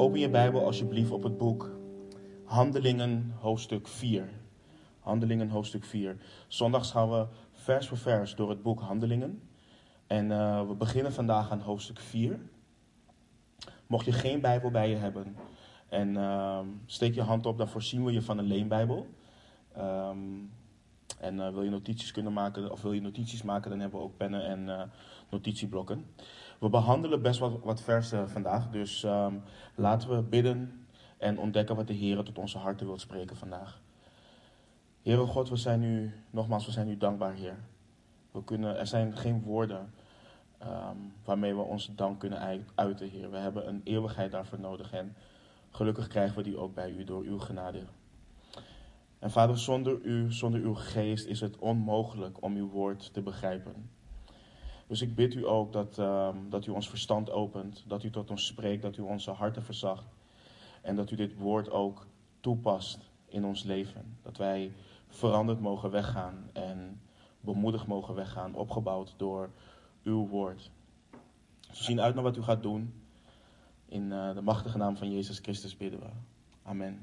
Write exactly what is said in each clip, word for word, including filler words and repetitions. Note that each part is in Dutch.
Open je Bijbel alsjeblieft op het boek Handelingen hoofdstuk vier. Handelingen hoofdstuk vier. Zondags gaan we vers voor vers door het boek Handelingen. En uh, we beginnen vandaag aan hoofdstuk vier. Mocht je geen Bijbel bij je hebben en uh, steek je hand op, dan voorzien we je van een leenbijbel. Um, en uh, wil je notities kunnen maken, of wil je notities maken, dan hebben we ook pennen en uh, notitieblokken. We behandelen best wat, wat versen vandaag, dus um, laten we bidden en ontdekken wat de Heer tot onze harten wil spreken vandaag. Heere God, we zijn u, nogmaals, we zijn u dankbaar, Heer. We kunnen, er zijn geen woorden um, waarmee we onze dank kunnen uiten, Heer. We hebben een eeuwigheid daarvoor nodig en gelukkig krijgen we die ook bij u door uw genade. En Vader, zonder u, zonder uw geest is het onmogelijk om uw woord te begrijpen. Dus ik bid u ook dat, uh, dat u ons verstand opent, dat u tot ons spreekt, dat u onze harten verzacht. En dat u dit woord ook toepast in ons leven. Dat wij veranderd mogen weggaan en bemoedigd mogen weggaan, opgebouwd door uw woord. Dus we zien uit naar wat u gaat doen. In uh, de machtige naam van Jezus Christus bidden we. Amen.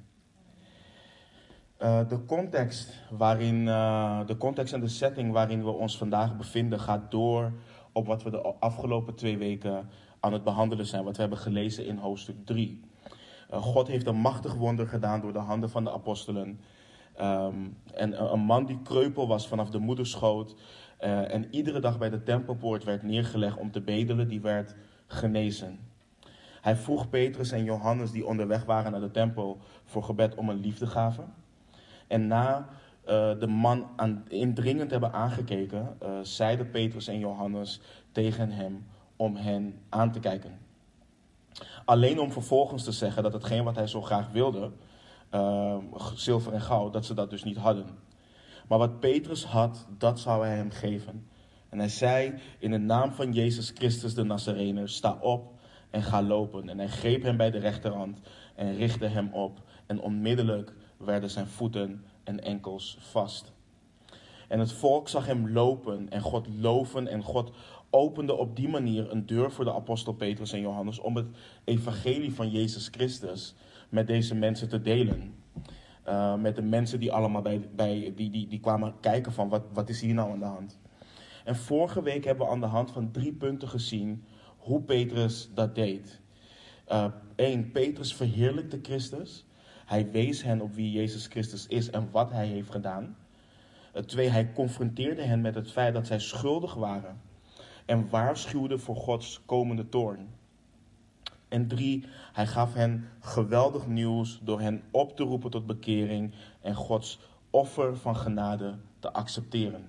Uh, de context waarin, uh, de context en de setting waarin we ons vandaag bevinden gaat door op wat we de afgelopen twee weken aan het behandelen zijn, wat we hebben gelezen in hoofdstuk drie. Uh, God heeft een machtig wonder gedaan door de handen van de apostelen. Um, en een man die kreupel was vanaf de moederschoot uh, en iedere dag bij de tempelpoort werd neergelegd om te bedelen, die werd genezen. Hij vroeg Petrus en Johannes, die onderweg waren naar de tempel voor gebed, om een liefdegave. En na uh, de man aan, indringend hebben aangekeken, uh, zeiden Petrus en Johannes tegen hem om hen aan te kijken. Alleen om vervolgens te zeggen dat hetgeen wat hij zo graag wilde, uh, zilver en goud, dat ze dat dus niet hadden. Maar wat Petrus had, dat zou hij hem geven. En hij zei, in de naam van Jezus Christus de Nazarener, sta op en ga lopen. En hij greep hem bij de rechterhand en richtte hem op. En onmiddellijk werden zijn voeten en enkels vast. En het volk zag hem lopen en God loven en God opende op die manier een deur voor de apostel Petrus en Johannes om het evangelie van Jezus Christus met deze mensen te delen. Uh, met de mensen die allemaal bij, bij die, die, die kwamen kijken van wat, wat is hier nou aan de hand. En vorige week hebben we aan de hand van drie punten gezien hoe Petrus dat deed. Eén, uh, Petrus verheerlijkte Christus. Hij wees hen op wie Jezus Christus is en wat hij heeft gedaan. Uh, twee, hij confronteerde hen met het feit dat zij schuldig waren en waarschuwde voor Gods komende toorn. En drie, hij gaf hen geweldig nieuws door hen op te roepen tot bekering en Gods offer van genade te accepteren.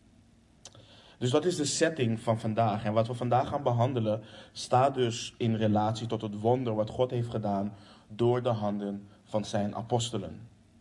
Dus dat is de setting van vandaag. En wat we vandaag gaan behandelen staat dus in relatie tot het wonder wat God heeft gedaan door de handen van zijn apostelen.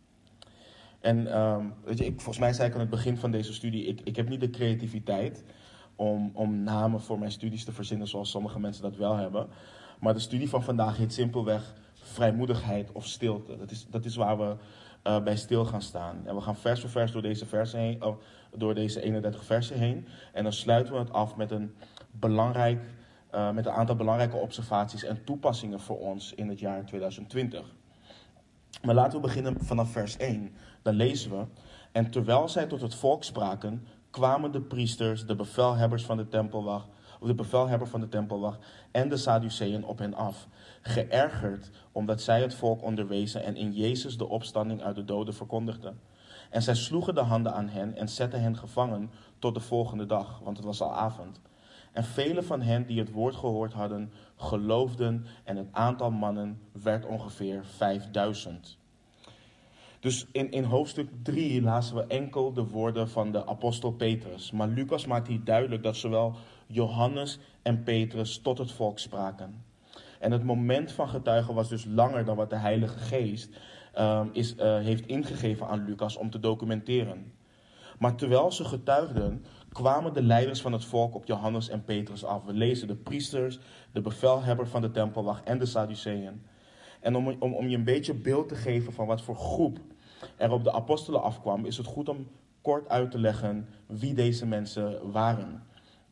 En um, weet je, ik, volgens mij zei ik aan het begin van deze studie, ik, ik heb niet de creativiteit om, om namen voor mijn studies te verzinnen zoals sommige mensen dat wel hebben. Maar de studie van vandaag heet simpelweg vrijmoedigheid of stilte. Dat is, dat is waar we uh, bij stil gaan staan. En we gaan vers voor vers door deze, versen heen, uh, door deze eenendertig versen heen. En dan sluiten we het af met een, belangrijk, uh, met een aantal belangrijke observaties en toepassingen voor ons in het jaar tweeduizend twintig. Maar laten we beginnen vanaf vers één. Dan lezen we: En terwijl zij tot het volk spraken, kwamen de priesters, de bevelhebbers van de tempelwacht, of de bevelhebber van de tempelwacht en de Sadduceeën op hen af, geërgerd omdat zij het volk onderwezen en in Jezus de opstanding uit de doden verkondigden. En zij sloegen de handen aan hen en zetten hen gevangen tot de volgende dag, want het was al avond. En velen van hen die het woord gehoord hadden, geloofden en het aantal mannen werd ongeveer vijfduizend. Dus in, in hoofdstuk drie lazen we enkel de woorden van de apostel Petrus. Maar Lucas maakt hier duidelijk dat zowel Johannes en Petrus tot het volk spraken. En het moment van getuigen was dus langer dan wat de Heilige Geest uh, is, uh, heeft ingegeven aan Lucas om te documenteren. Maar terwijl ze getuigden, kwamen de leiders van het volk op Johannes en Petrus af. We lezen de priesters, de bevelhebber van de tempelwacht en de Sadduceeën. En om, om, om je een beetje beeld te geven van wat voor groep er op de apostelen afkwam, is het goed om kort uit te leggen wie deze mensen waren.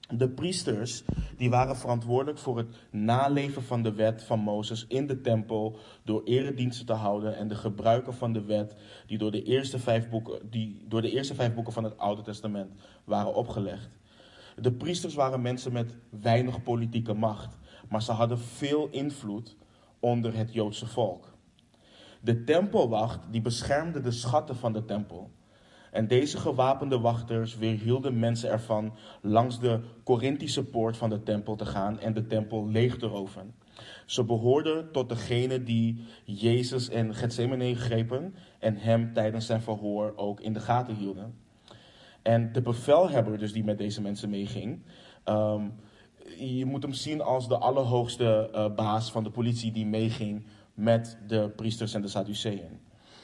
De priesters die waren verantwoordelijk voor het naleven van de wet van Mozes in de tempel door erediensten te houden en de gebruiken van de wet die door de eerste vijf boeken, die door de eerste vijf boeken van het Oude Testament waren opgelegd. De priesters waren mensen met weinig politieke macht, maar ze hadden veel invloed onder het Joodse volk. De tempelwacht die beschermde de schatten van de tempel. En deze gewapende wachters weerhielden mensen ervan langs de Korinthische poort van de tempel te gaan en de tempel leeg te roven. Ze behoorden tot degenen die Jezus in Getsemane grepen en hem tijdens zijn verhoor ook in de gaten hielden. En de bevelhebber dus die met deze mensen meeging, um, je moet hem zien als de allerhoogste uh, baas van de politie die meeging met de priesters en de Sadduceeën.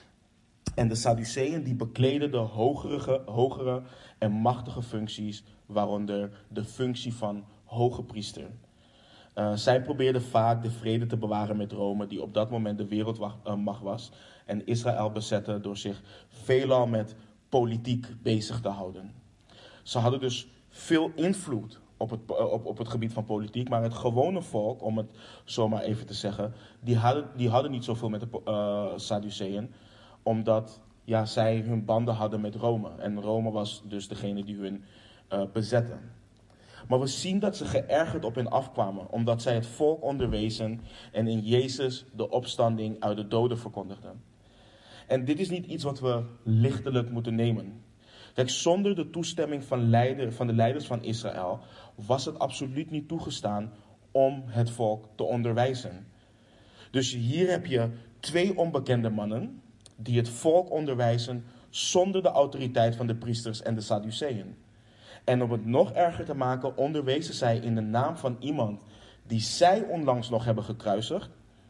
En de Sadduceeën die bekleden de hogere, hogere en machtige functies, waaronder de functie van hoge priester. Uh, zij probeerden vaak de vrede te bewaren met Rome, die op dat moment de wereldmacht was, en Israël bezetten door zich veelal met politiek bezig te houden. Ze hadden dus veel invloed op het, op, op het gebied van politiek, maar het gewone volk, om het zo maar even te zeggen, die hadden, die hadden niet zoveel met de uh, Sadduceeën, omdat ja, zij hun banden hadden met Rome. En Rome was dus degene die hun uh, bezette. Maar we zien dat ze geërgerd op hen afkwamen, omdat zij het volk onderwezen en in Jezus de opstanding uit de doden verkondigden. En dit is niet iets wat we lichtelijk moeten nemen. Kijk, zonder de toestemming van, leider, van de leiders van Israël was het absoluut niet toegestaan om het volk te onderwijzen. Dus hier heb je twee onbekende mannen die het volk onderwijzen zonder de autoriteit van de priesters en de Sadduceeën. En om het nog erger te maken, onderwezen zij in de naam van iemand die zij onlangs nog hebben gekruisigd.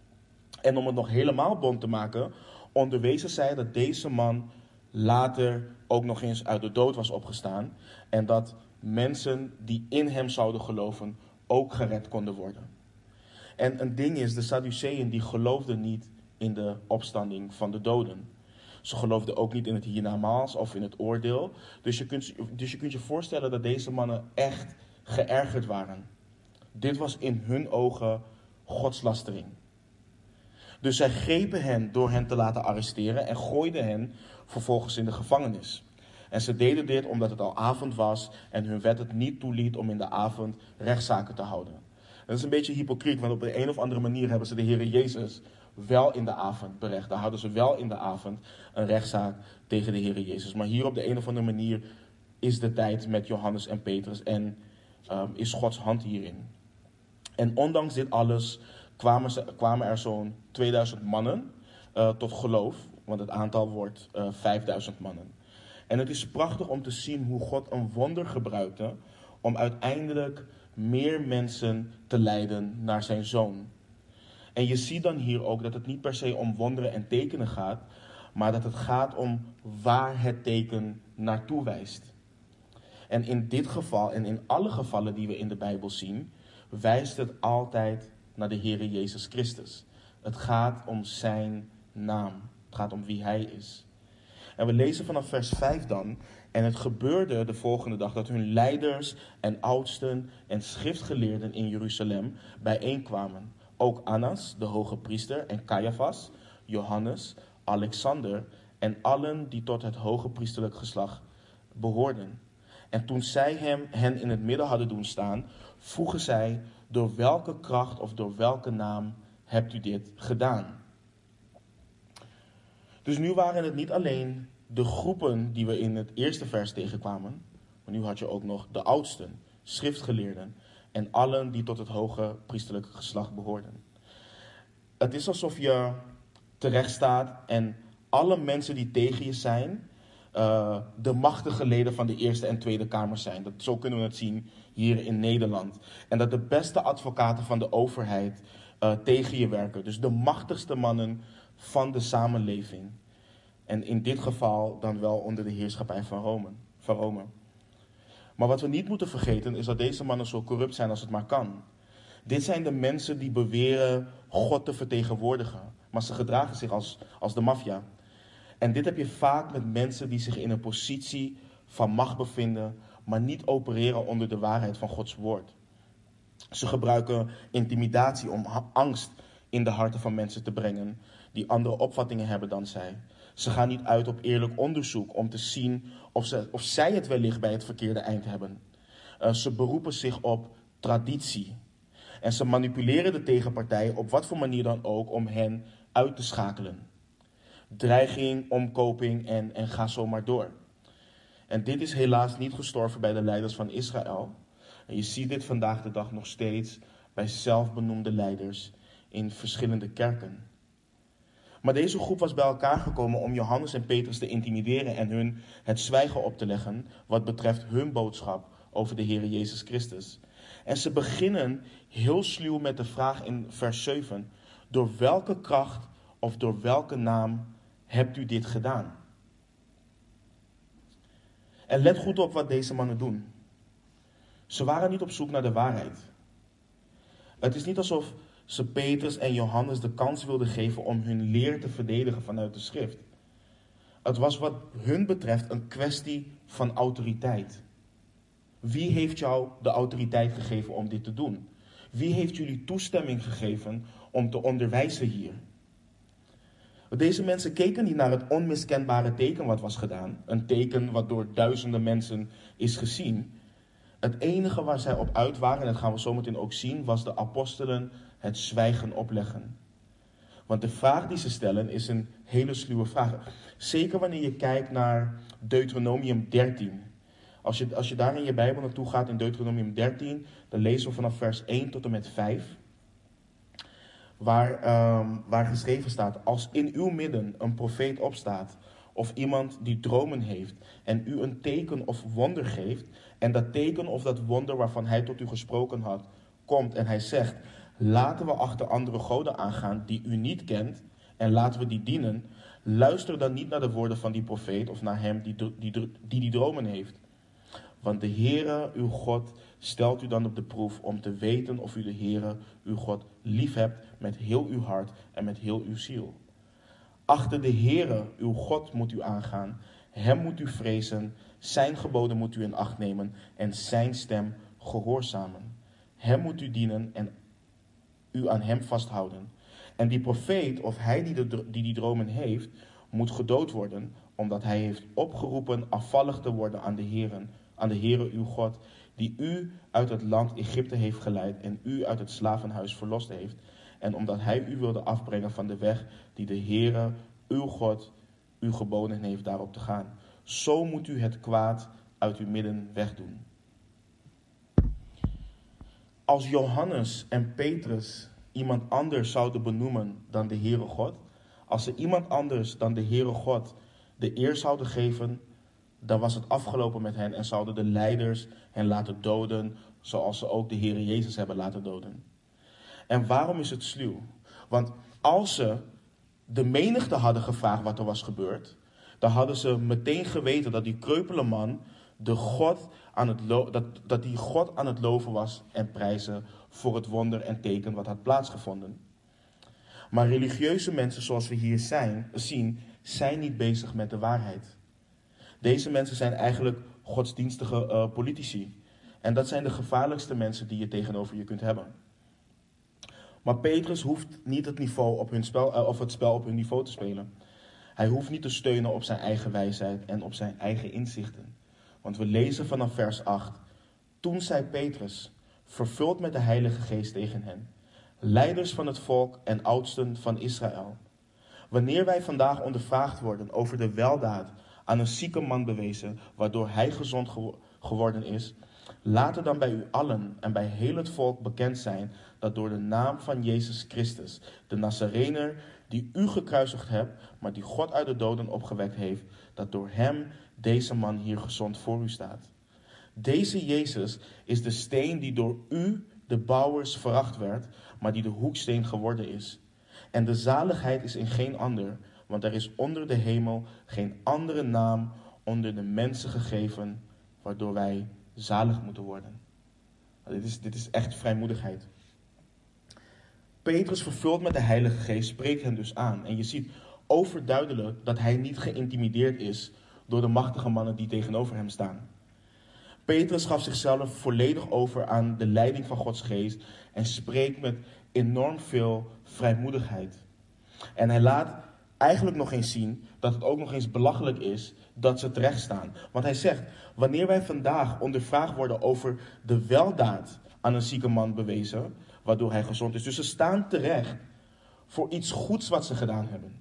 En om het nog helemaal bond te maken, onderwezen zij dat deze man later ook nog eens uit de dood was opgestaan. En dat mensen die in hem zouden geloven ook gered konden worden. En een ding is, de Sadduceeën die geloofden niet in de opstanding van de doden. Ze geloofden ook niet in het hiernamaals of in het oordeel. Dus je kunt, dus je kunt je voorstellen dat deze mannen echt geërgerd waren. Dit was in hun ogen godslastering. Dus zij grepen hen door hen te laten arresteren en gooiden hen vervolgens in de gevangenis. En ze deden dit omdat het al avond was en hun wet het niet toeliet om in de avond rechtszaken te houden. Dat is een beetje hypocriet, want op de een of andere manier hebben ze de Heere Jezus wel in de avond berecht. Daar hadden ze wel in de avond een rechtszaak tegen de Heere Jezus. Maar hier op de een of andere manier is de tijd met Johannes en Petrus en um, is Gods hand hierin. En ondanks dit alles kwamen, ze, kwamen er zo'n tweeduizend mannen uh, tot geloof, want het aantal wordt uh, vijfduizend mannen. En het is prachtig om te zien hoe God een wonder gebruikte om uiteindelijk meer mensen te leiden naar zijn zoon. En je ziet dan hier ook dat het niet per se om wonderen en tekenen gaat, maar dat het gaat om waar het teken naartoe wijst. En in dit geval en in alle gevallen die we in de Bijbel zien, wijst het altijd naar de Heere Jezus Christus. Het gaat om zijn naam. Het gaat om wie hij is. En we lezen vanaf vers vijf dan. En het gebeurde de volgende dag dat hun leiders en oudsten en schriftgeleerden in Jeruzalem bijeenkwamen. Ook Annas, de hoge priester, en Caiaphas, Johannes, Alexander en allen die tot het hoge priesterlijk geslacht behoorden. En toen zij hem, hen in het midden hadden doen staan, vroegen zij: door welke kracht of door welke naam hebt u dit gedaan? Dus nu waren het niet alleen de groepen die we in het eerste vers tegenkwamen, maar nu had je ook nog de oudsten, schriftgeleerden en allen die tot het hoge priesterlijke geslacht behoorden. Het is alsof je terecht staat en alle mensen die tegen je zijn, uh, de machtige leden van de Eerste en Tweede Kamer zijn. Dat, zo kunnen we het zien hier in Nederland. En dat de beste advocaten van de overheid uh, tegen je werken. Dus de machtigste mannen van de samenleving. En in dit geval dan wel onder de heerschappij van Rome. Van Rome. Maar wat we niet moeten vergeten is dat deze mannen zo corrupt zijn als het maar kan. Dit zijn de mensen die beweren God te vertegenwoordigen. Maar ze gedragen zich als, als de maffia. En dit heb je vaak met mensen die zich in een positie van macht bevinden, maar niet opereren onder de waarheid van Gods woord. Ze gebruiken intimidatie om ha- angst in de harten van mensen te brengen die andere opvattingen hebben dan zij. Ze gaan niet uit op eerlijk onderzoek om te zien of, ze, of zij het wellicht bij het verkeerde eind hebben. Uh, ze beroepen zich op traditie. En ze manipuleren de tegenpartij op wat voor manier dan ook om hen uit te schakelen. Dreiging, omkoping en, en ga zo maar door. En dit is helaas niet gestorven bij de leiders van Israël. En je ziet dit vandaag de dag nog steeds bij zelfbenoemde leiders in verschillende kerken. Maar deze groep was bij elkaar gekomen om Johannes en Petrus te intimideren en hun het zwijgen op te leggen wat betreft hun boodschap over de Heer Jezus Christus. En ze beginnen heel sluw met de vraag in vers zeven. Door welke kracht of door welke naam hebt u dit gedaan? En let goed op wat deze mannen doen. Ze waren niet op zoek naar de waarheid. Het is niet alsof ze Petrus en Johannes de kans wilden geven om hun leer te verdedigen vanuit de schrift. Het was wat hun betreft een kwestie van autoriteit. Wie heeft jou de autoriteit gegeven om dit te doen? Wie heeft jullie toestemming gegeven om te onderwijzen hier? Deze mensen keken niet naar het onmiskenbare teken wat was gedaan. Een teken wat door duizenden mensen is gezien. Het enige waar zij op uit waren, en dat gaan we zometeen ook zien, was de apostelen het zwijgen opleggen. Want de vraag die ze stellen is een hele sluwe vraag. Zeker wanneer je kijkt naar Deuteronomium dertien. Als je, als je daar in je Bijbel naartoe gaat in Deuteronomium dertien, dan lezen we vanaf vers één tot en met vijf. Waar, um, waar geschreven staat, als in uw midden een profeet opstaat, of iemand die dromen heeft, en u een teken of wonder geeft, en dat teken of dat wonder waarvan hij tot u gesproken had, komt en hij zegt, laten we achter andere goden aangaan die u niet kent, en laten we die dienen, luister dan niet naar de woorden van die profeet, of naar hem die die, die, die, die dromen heeft. Want de Heere, uw God, stelt u dan op de proef om te weten of u de Heere, uw God, lief hebt met heel uw hart en met heel uw ziel. Achter de Heere, uw God, moet u aangaan. Hem moet u vrezen, zijn geboden moet u in acht nemen en zijn stem gehoorzamen. Hem moet u dienen en u aan hem vasthouden. En die profeet, of hij die, de, die die dromen heeft, moet gedood worden, omdat hij heeft opgeroepen afvallig te worden aan de Heere, aan de Heere uw God, die u uit het land Egypte heeft geleid en u uit het slavenhuis verlost heeft. En omdat hij u wilde afbrengen van de weg die de Heere, uw God, u geboden heeft daarop te gaan. Zo moet u het kwaad uit uw midden wegdoen. Als Johannes en Petrus iemand anders zouden benoemen dan de Heere God, als ze iemand anders dan de Heere God de eer zouden geven, dan was het afgelopen met hen en zouden de leiders hen laten doden, zoals ze ook de Heere Jezus hebben laten doden. En waarom is het sluw? Want als ze de menigte hadden gevraagd wat er was gebeurd, dan hadden ze meteen geweten dat die kreupele man de God aan het lo- dat, dat die God aan het loven was en prijzen voor het wonder en teken wat had plaatsgevonden. Maar religieuze mensen zoals we hier zijn, zien, zijn niet bezig met de waarheid. Deze mensen zijn eigenlijk godsdienstige uh, politici. En dat zijn de gevaarlijkste mensen die je tegenover je kunt hebben. Maar Petrus hoeft niet het, niveau op hun spel, uh, of het spel op hun niveau te spelen. Hij hoeft niet te steunen op zijn eigen wijsheid en op zijn eigen inzichten. Want we lezen vanaf vers acht. Toen zei Petrus, vervuld met de Heilige Geest tegen hen, leiders van het volk en oudsten van Israël. Wanneer wij vandaag ondervraagd worden over de weldaad aan een zieke man bewezen, waardoor hij gezond gewo- geworden is, laat het dan bij u allen en bij heel het volk bekend zijn dat door de naam van Jezus Christus, de Nazarener, die u gekruisigd hebt, maar die God uit de doden opgewekt heeft, dat door hem deze man hier gezond voor u staat. Deze Jezus is de steen die door u, de bouwers, veracht werd, maar die de hoeksteen geworden is. En de zaligheid is in geen ander, want er is onder de hemel geen andere naam onder de mensen gegeven, waardoor wij zalig moeten worden. Dit is, dit is echt vrijmoedigheid. Petrus, vervuld met de Heilige Geest, spreekt hen dus aan. En je ziet overduidelijk dat hij niet geïntimideerd is door de machtige mannen die tegenover hem staan. Petrus gaf zichzelf volledig over aan de leiding van Gods geest en spreekt met enorm veel vrijmoedigheid. En hij laat eigenlijk nog eens zien dat het ook nog eens belachelijk is dat ze terecht staan. Want hij zegt, wanneer wij vandaag ondervraagd worden over de weldaad aan een zieke man bewezen, waardoor hij gezond is. Dus ze staan terecht voor iets goeds wat ze gedaan hebben.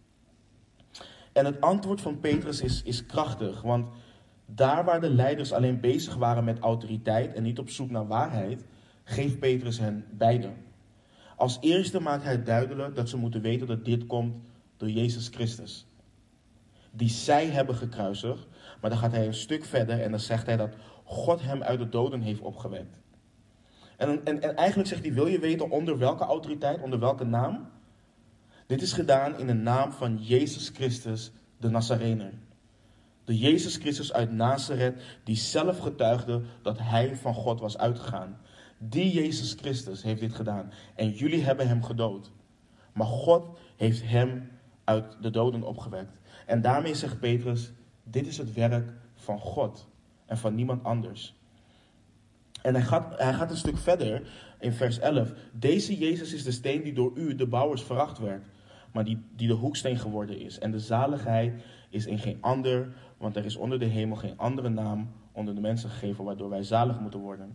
En het antwoord van Petrus is, is krachtig, want daar waar de leiders alleen bezig waren met autoriteit en niet op zoek naar waarheid, geeft Petrus hen beide. Als eerste maakt hij duidelijk dat ze moeten weten dat dit komt door Jezus Christus. Die zij hebben gekruisigd, maar dan gaat hij een stuk verder en dan zegt hij dat God hem uit de doden heeft opgewekt. En, en, en eigenlijk zegt hij, wil je weten onder welke autoriteit, onder welke naam? Dit is gedaan in de naam van Jezus Christus, de Nazarener. De Jezus Christus uit Nazareth, die zelf getuigde dat hij van God was uitgegaan. Die Jezus Christus heeft dit gedaan. En jullie hebben hem gedood. Maar God heeft hem uit de doden opgewekt. En daarmee zegt Petrus, dit is het werk van God en van niemand anders. En hij gaat, hij gaat een stuk verder in vers elf. Deze Jezus is de steen die door u, de bouwers, veracht werd, maar die, die de hoeksteen geworden is. En de zaligheid is in geen ander, want er is onder de hemel geen andere naam onder de mensen gegeven, waardoor wij zalig moeten worden.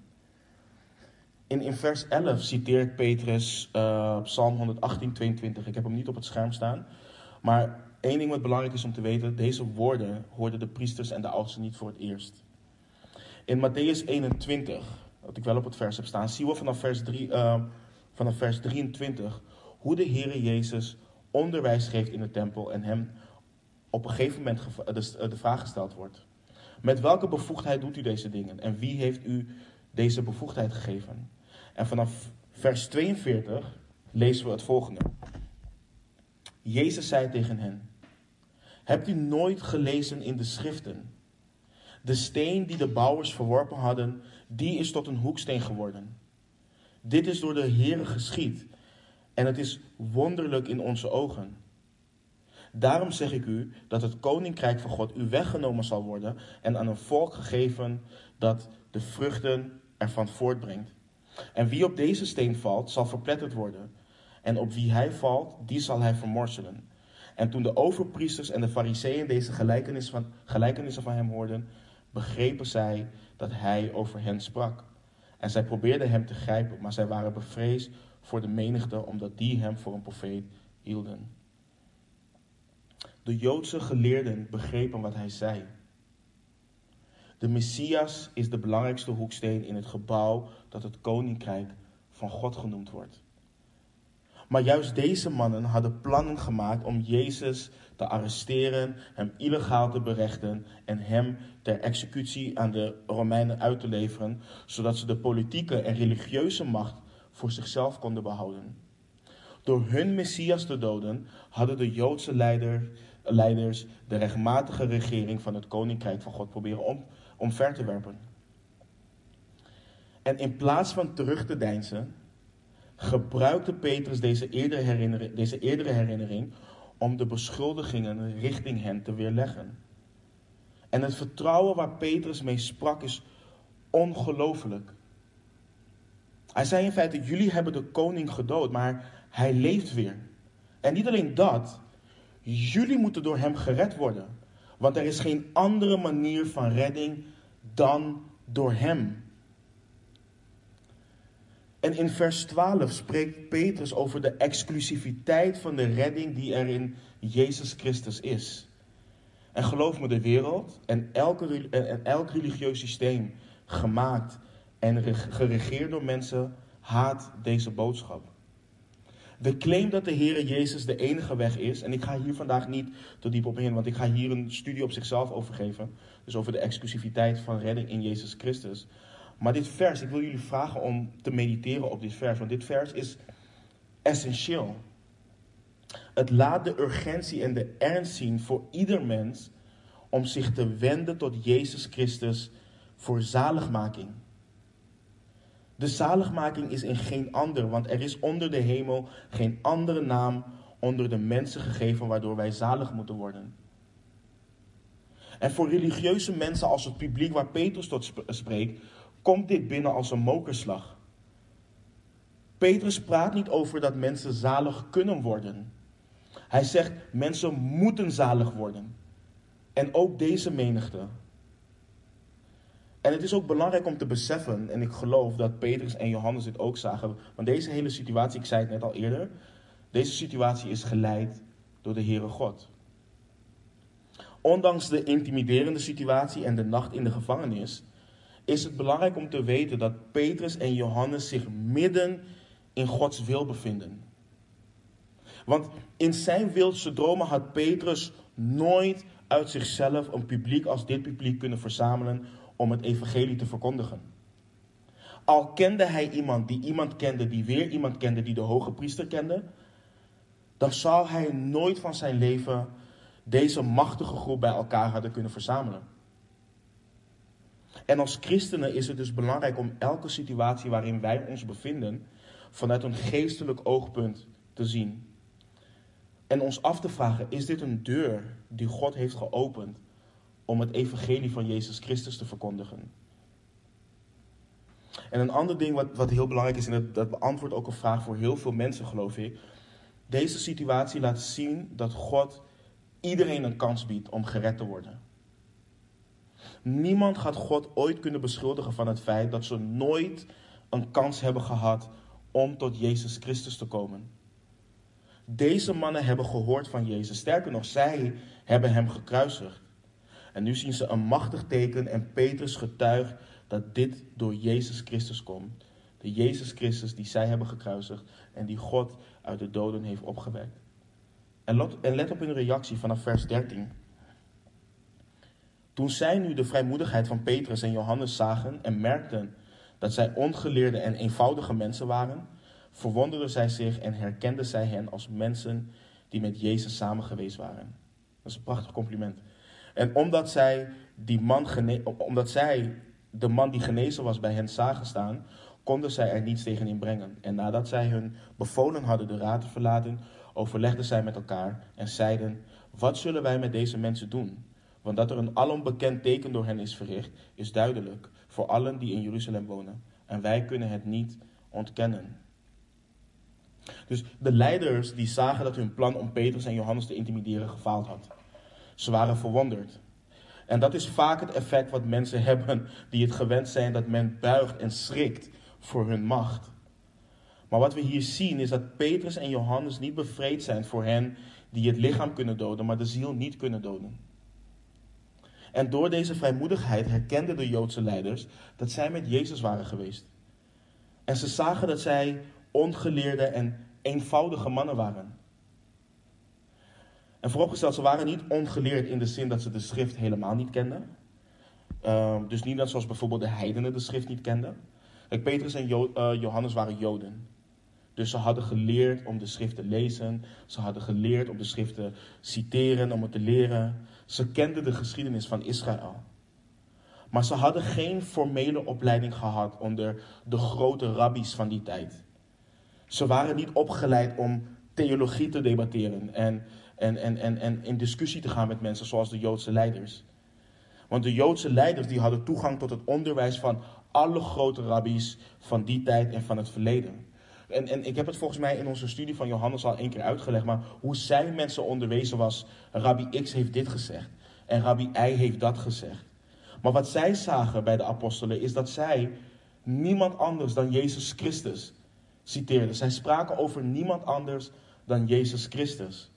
In, in vers elf citeert Petrus uh, Psalm honderdachttien, tweeëntwintig. Ik heb hem niet op het scherm staan. Maar één ding wat belangrijk is om te weten, deze woorden hoorden de priesters en de oudsten niet voor het eerst. In Matthäus eenentwintig, wat ik wel op het vers heb staan, zien we vanaf vers, drie, uh, vanaf vers drieëntwintig hoe de Heere Jezus onderwijs geeft in de tempel en hem op een gegeven moment de, de, de vraag gesteld wordt. Met welke bevoegdheid doet u deze dingen? En wie heeft u deze bevoegdheid gegeven? En vanaf vers tweeënveertig lezen we het volgende. Jezus zei tegen hen, hebt u nooit gelezen in de schriften? De steen die de bouwers verworpen hadden, die is tot een hoeksteen geworden. Dit is door de Heere geschied en het is wonderlijk in onze ogen. Daarom zeg ik u dat het koninkrijk van God u weggenomen zal worden en aan een volk gegeven dat de vruchten ervan voortbrengt. En wie op deze steen valt, zal verpletterd worden. En op wie hij valt, die zal hij vermorselen. En toen de overpriesters en de fariseeën deze gelijkenis van, gelijkenissen van hem hoorden, begrepen zij dat hij over hen sprak. En zij probeerden hem te grijpen, maar zij waren bevreesd voor de menigte, omdat die hem voor een profeet hielden. De Joodse geleerden begrepen wat hij zei. De Messias is de belangrijkste hoeksteen in het gebouw dat het koninkrijk van God genoemd wordt. Maar juist deze mannen hadden plannen gemaakt om Jezus te arresteren, hem illegaal te berechten en hem ter executie aan de Romeinen uit te leveren, zodat ze de politieke en religieuze macht voor zichzelf konden behouden. Door hun Messias te doden hadden de Joodse leider, leiders de rechtmatige regering van het koninkrijk van God proberen om, omver te werpen. En in plaats van terug te deinzen, gebruikte Petrus deze eerdere, herinnering, deze eerdere herinnering om de beschuldigingen richting hen te weerleggen. En het vertrouwen waar Petrus mee sprak is ongelooflijk. Hij zei in feite, jullie hebben de koning gedood, maar hij leeft weer. En niet alleen dat, jullie moeten door hem gered worden. Want er is geen andere manier van redding dan door hem. En in vers twaalf spreekt Petrus over de exclusiviteit van de redding die er in Jezus Christus is. En geloof me, de wereld en, elke, en elk religieus systeem, gemaakt en geregeerd door mensen, haat deze boodschap. De claim dat de Heere Jezus de enige weg is, en ik ga hier vandaag niet te diep op in, want ik ga hier een studie op zichzelf over geven, dus over de exclusiviteit van redding in Jezus Christus. Maar dit vers, ik wil jullie vragen om te mediteren op dit vers, want dit vers is essentieel. Het laat de urgentie en de ernst zien voor ieder mens om zich te wenden tot Jezus Christus voor zaligmaking. De zaligmaking is in geen ander, want er is onder de hemel geen andere naam onder de mensen gegeven waardoor wij zalig moeten worden. En voor religieuze mensen als het publiek waar Petrus tot spreekt, komt dit binnen als een mokerslag. Petrus praat niet over dat mensen zalig kunnen worden. Hij zegt, mensen moeten zalig worden. En ook deze menigte. En het is ook belangrijk om te beseffen, en ik geloof dat Petrus en Johannes dit ook zagen, want deze hele situatie, ik zei het net al eerder, deze situatie is geleid door de Heere God. Ondanks de intimiderende situatie en de nacht in de gevangenis, is het belangrijk om te weten dat Petrus en Johannes zich midden in Gods wil bevinden. Want in zijn wildste dromen had Petrus nooit uit zichzelf een publiek als dit publiek kunnen verzamelen om het evangelie te verkondigen. Al kende hij iemand die iemand kende, die weer iemand kende, die de hoge priester kende, dan zou hij nooit van zijn leven deze machtige groep bij elkaar hadden kunnen verzamelen. En als christenen is het dus belangrijk om elke situatie waarin wij ons bevinden vanuit een geestelijk oogpunt te zien. En ons af te vragen, is dit een deur die God heeft geopend om het evangelie van Jezus Christus te verkondigen? En een ander ding wat, wat heel belangrijk is, en dat, dat beantwoordt ook een vraag voor heel veel mensen, geloof ik. Deze situatie laat zien dat God iedereen een kans biedt om gered te worden. Niemand gaat God ooit kunnen beschuldigen van het feit dat ze nooit een kans hebben gehad om tot Jezus Christus te komen. Deze mannen hebben gehoord van Jezus. Sterker nog, zij hebben hem gekruisigd. En nu zien ze een machtig teken en Petrus getuigt dat dit door Jezus Christus komt. De Jezus Christus die zij hebben gekruisigd en die God uit de doden heeft opgewekt. En let, en let op hun reactie vanaf vers dertien. Toen zij nu de vrijmoedigheid van Petrus en Johannes zagen en merkten dat zij ongeleerde en eenvoudige mensen waren, verwonderden zij zich en herkenden zij hen als mensen die met Jezus samen geweest waren. Dat is een prachtig compliment. En omdat zij, die man gene- omdat zij de man die genezen was bij hen zagen staan, konden zij er niets tegen inbrengen. En nadat zij hun bevolen hadden de raad te verlaten, overlegden zij met elkaar en zeiden, wat zullen wij met deze mensen doen? Want dat er een alom bekend teken door hen is verricht, is duidelijk voor allen die in Jeruzalem wonen. En wij kunnen het niet ontkennen. Dus de leiders die zagen dat hun plan om Petrus en Johannes te intimideren gefaald had. Ze waren verwonderd. En dat is vaak het effect wat mensen hebben die het gewend zijn dat men buigt en schrikt voor hun macht. Maar wat we hier zien is dat Petrus en Johannes niet bevreed zijn voor hen die het lichaam kunnen doden, maar de ziel niet kunnen doden. En door deze vrijmoedigheid herkenden de Joodse leiders dat zij met Jezus waren geweest. En ze zagen dat zij ongeleerde en eenvoudige mannen waren. En vooropgesteld, ze waren niet ongeleerd in de zin dat ze de schrift helemaal niet kenden. Uh, dus niet dat zoals bijvoorbeeld de heidenen de schrift niet kenden. Kijk, Petrus en jo- uh, Johannes waren Joden. Dus ze hadden geleerd om de schrift te lezen. Ze hadden geleerd om de schrift te citeren, om het te leren. Ze kenden de geschiedenis van Israël. Maar ze hadden geen formele opleiding gehad onder de grote rabbies van die tijd. Ze waren niet opgeleid om theologie te debatteren en, en, en, en, en in discussie te gaan met mensen zoals de Joodse leiders. Want de Joodse leiders die hadden toegang tot het onderwijs van alle grote rabbies van die tijd en van het verleden. En, en ik heb het volgens mij in onze studie van Johannes al één keer uitgelegd, maar hoe zij mensen onderwezen was, Rabbi X heeft dit gezegd en Rabbi Y heeft dat gezegd. Maar wat zij zagen bij de apostelen is dat zij niemand anders dan Jezus Christus citeerden. Zij spraken over niemand anders dan Jezus Christus.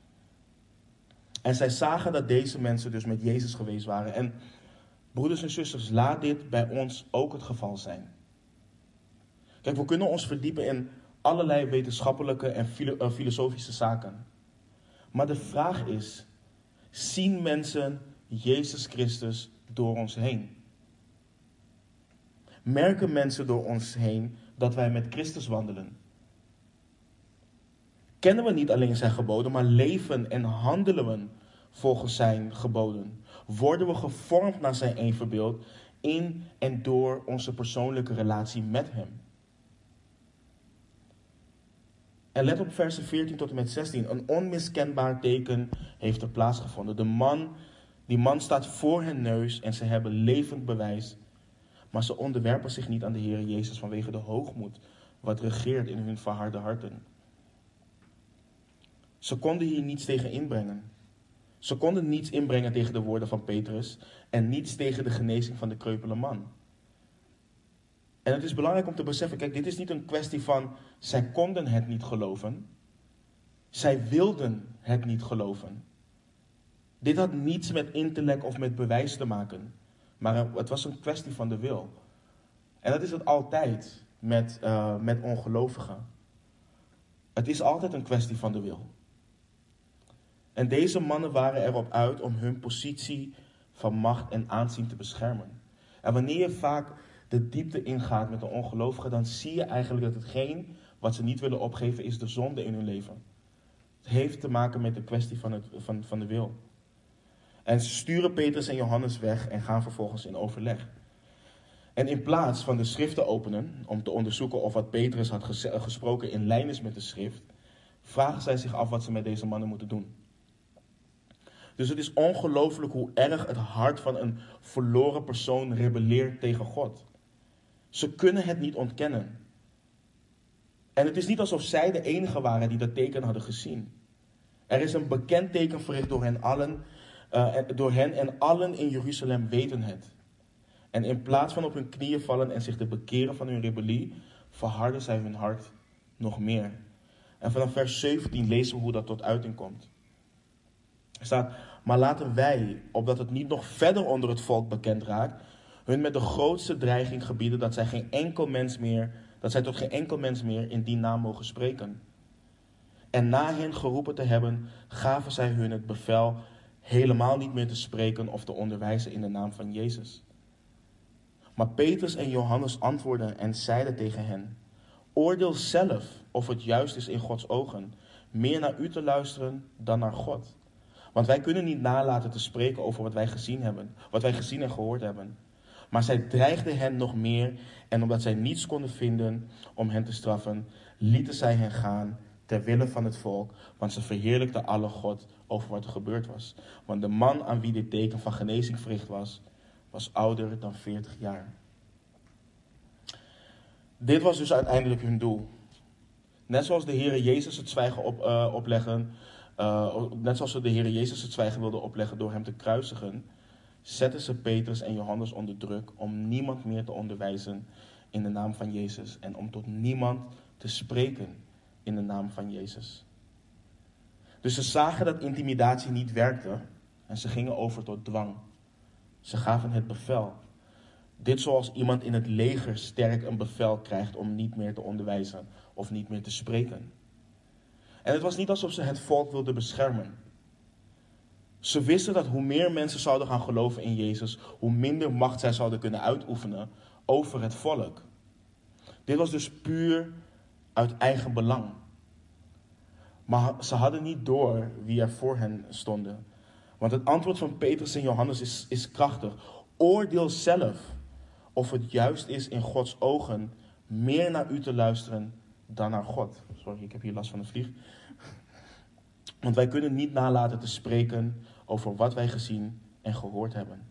En zij zagen dat deze mensen dus met Jezus geweest waren. En broeders en zusters, laat dit bij ons ook het geval zijn. Kijk, we kunnen ons verdiepen in allerlei wetenschappelijke en filo- uh, filosofische zaken. Maar de vraag is, zien mensen Jezus Christus door ons heen? Merken mensen door ons heen dat wij met Christus wandelen? Kennen we niet alleen zijn geboden, maar leven en handelen we volgens zijn geboden? Worden we gevormd naar zijn evenbeeld in en door onze persoonlijke relatie met hem? En let op versen veertien tot en met zestien. Een onmiskenbaar teken heeft er plaatsgevonden. De man Die man staat voor hun neus en ze hebben levend bewijs. Maar ze onderwerpen zich niet aan de Heer Jezus vanwege de hoogmoed wat regeert in hun verharde harten. Ze konden hier niets tegen inbrengen. Ze konden niets inbrengen tegen de woorden van Petrus en niets tegen de genezing van de kreupele man. En het is belangrijk om te beseffen, kijk, dit is niet een kwestie van, zij konden het niet geloven. Zij wilden het niet geloven. Dit had niets met intellect of met bewijs te maken. Maar het was een kwestie van de wil. En dat is het altijd met, uh, met ongelovigen. Het is altijd een kwestie van de wil. En deze mannen waren erop uit om hun positie van macht en aanzien te beschermen. En wanneer je vaak de diepte ingaat met de ongelovigen, dan zie je eigenlijk dat hetgeen wat ze niet willen opgeven is de zonde in hun leven. Het heeft te maken met de kwestie van, het, van, van de wil. En ze sturen Petrus en Johannes weg en gaan vervolgens in overleg. En in plaats van de schrift te openen, om te onderzoeken of wat Petrus had ges- gesproken in lijn is met de schrift, vragen zij zich af wat ze met deze mannen moeten doen. Dus het is ongelooflijk hoe erg het hart van een verloren persoon rebelleert tegen God. Ze kunnen het niet ontkennen. En het is niet alsof zij de enige waren die dat teken hadden gezien. Er is een bekend teken verricht door hen allen, uh, door hen en allen in Jeruzalem weten het. En in plaats van op hun knieën vallen en zich te bekeren van hun rebellie, verharden zij hun hart nog meer. En vanaf vers zeventien lezen we hoe dat tot uiting komt. Er staat, maar laten wij, opdat het niet nog verder onder het volk bekend raakt, hun met de grootste dreiging gebieden dat zij geen enkel mens meer, dat zij tot geen enkel mens meer in die naam mogen spreken. En na hen geroepen te hebben, gaven zij hun het bevel helemaal niet meer te spreken of te onderwijzen in de naam van Jezus. Maar Petrus en Johannes antwoordden en zeiden tegen hen, oordeel zelf of het juist is in Gods ogen, meer naar u te luisteren dan naar God. Want wij kunnen niet nalaten te spreken over wat wij gezien hebben, wat wij gezien en gehoord hebben. Maar zij dreigden hen nog meer en omdat zij niets konden vinden om hen te straffen, lieten zij hen gaan ter wille van het volk, want ze verheerlijkten alle God over wat er gebeurd was. Want de man aan wie dit teken van genezing verricht was, was ouder dan veertig jaar. Dit was dus uiteindelijk hun doel. Net zoals de Heere Jezus het zwijgen op, uh, opleggen, uh, net zoals ze de Heere Jezus het zwijgen wilden opleggen door hem te kruisigen, zetten ze Petrus en Johannes onder druk om niemand meer te onderwijzen in de naam van Jezus en om tot niemand te spreken in de naam van Jezus. Dus ze zagen dat intimidatie niet werkte en ze gingen over tot dwang. Ze gaven het bevel. Dit zoals iemand in het leger sterk een bevel krijgt om niet meer te onderwijzen of niet meer te spreken. En het was niet alsof ze het volk wilden beschermen. Ze wisten dat hoe meer mensen zouden gaan geloven in Jezus, hoe minder macht zij zouden kunnen uitoefenen over het volk. Dit was dus puur uit eigen belang. Maar ze hadden niet door wie er voor hen stonden. Want het antwoord van Petrus en Johannes is, is krachtig. Oordeel zelf of het juist is in Gods ogen meer naar u te luisteren dan naar God. Sorry, ik heb hier last van een vlieg. Want wij kunnen niet nalaten te spreken over wat wij gezien en gehoord hebben.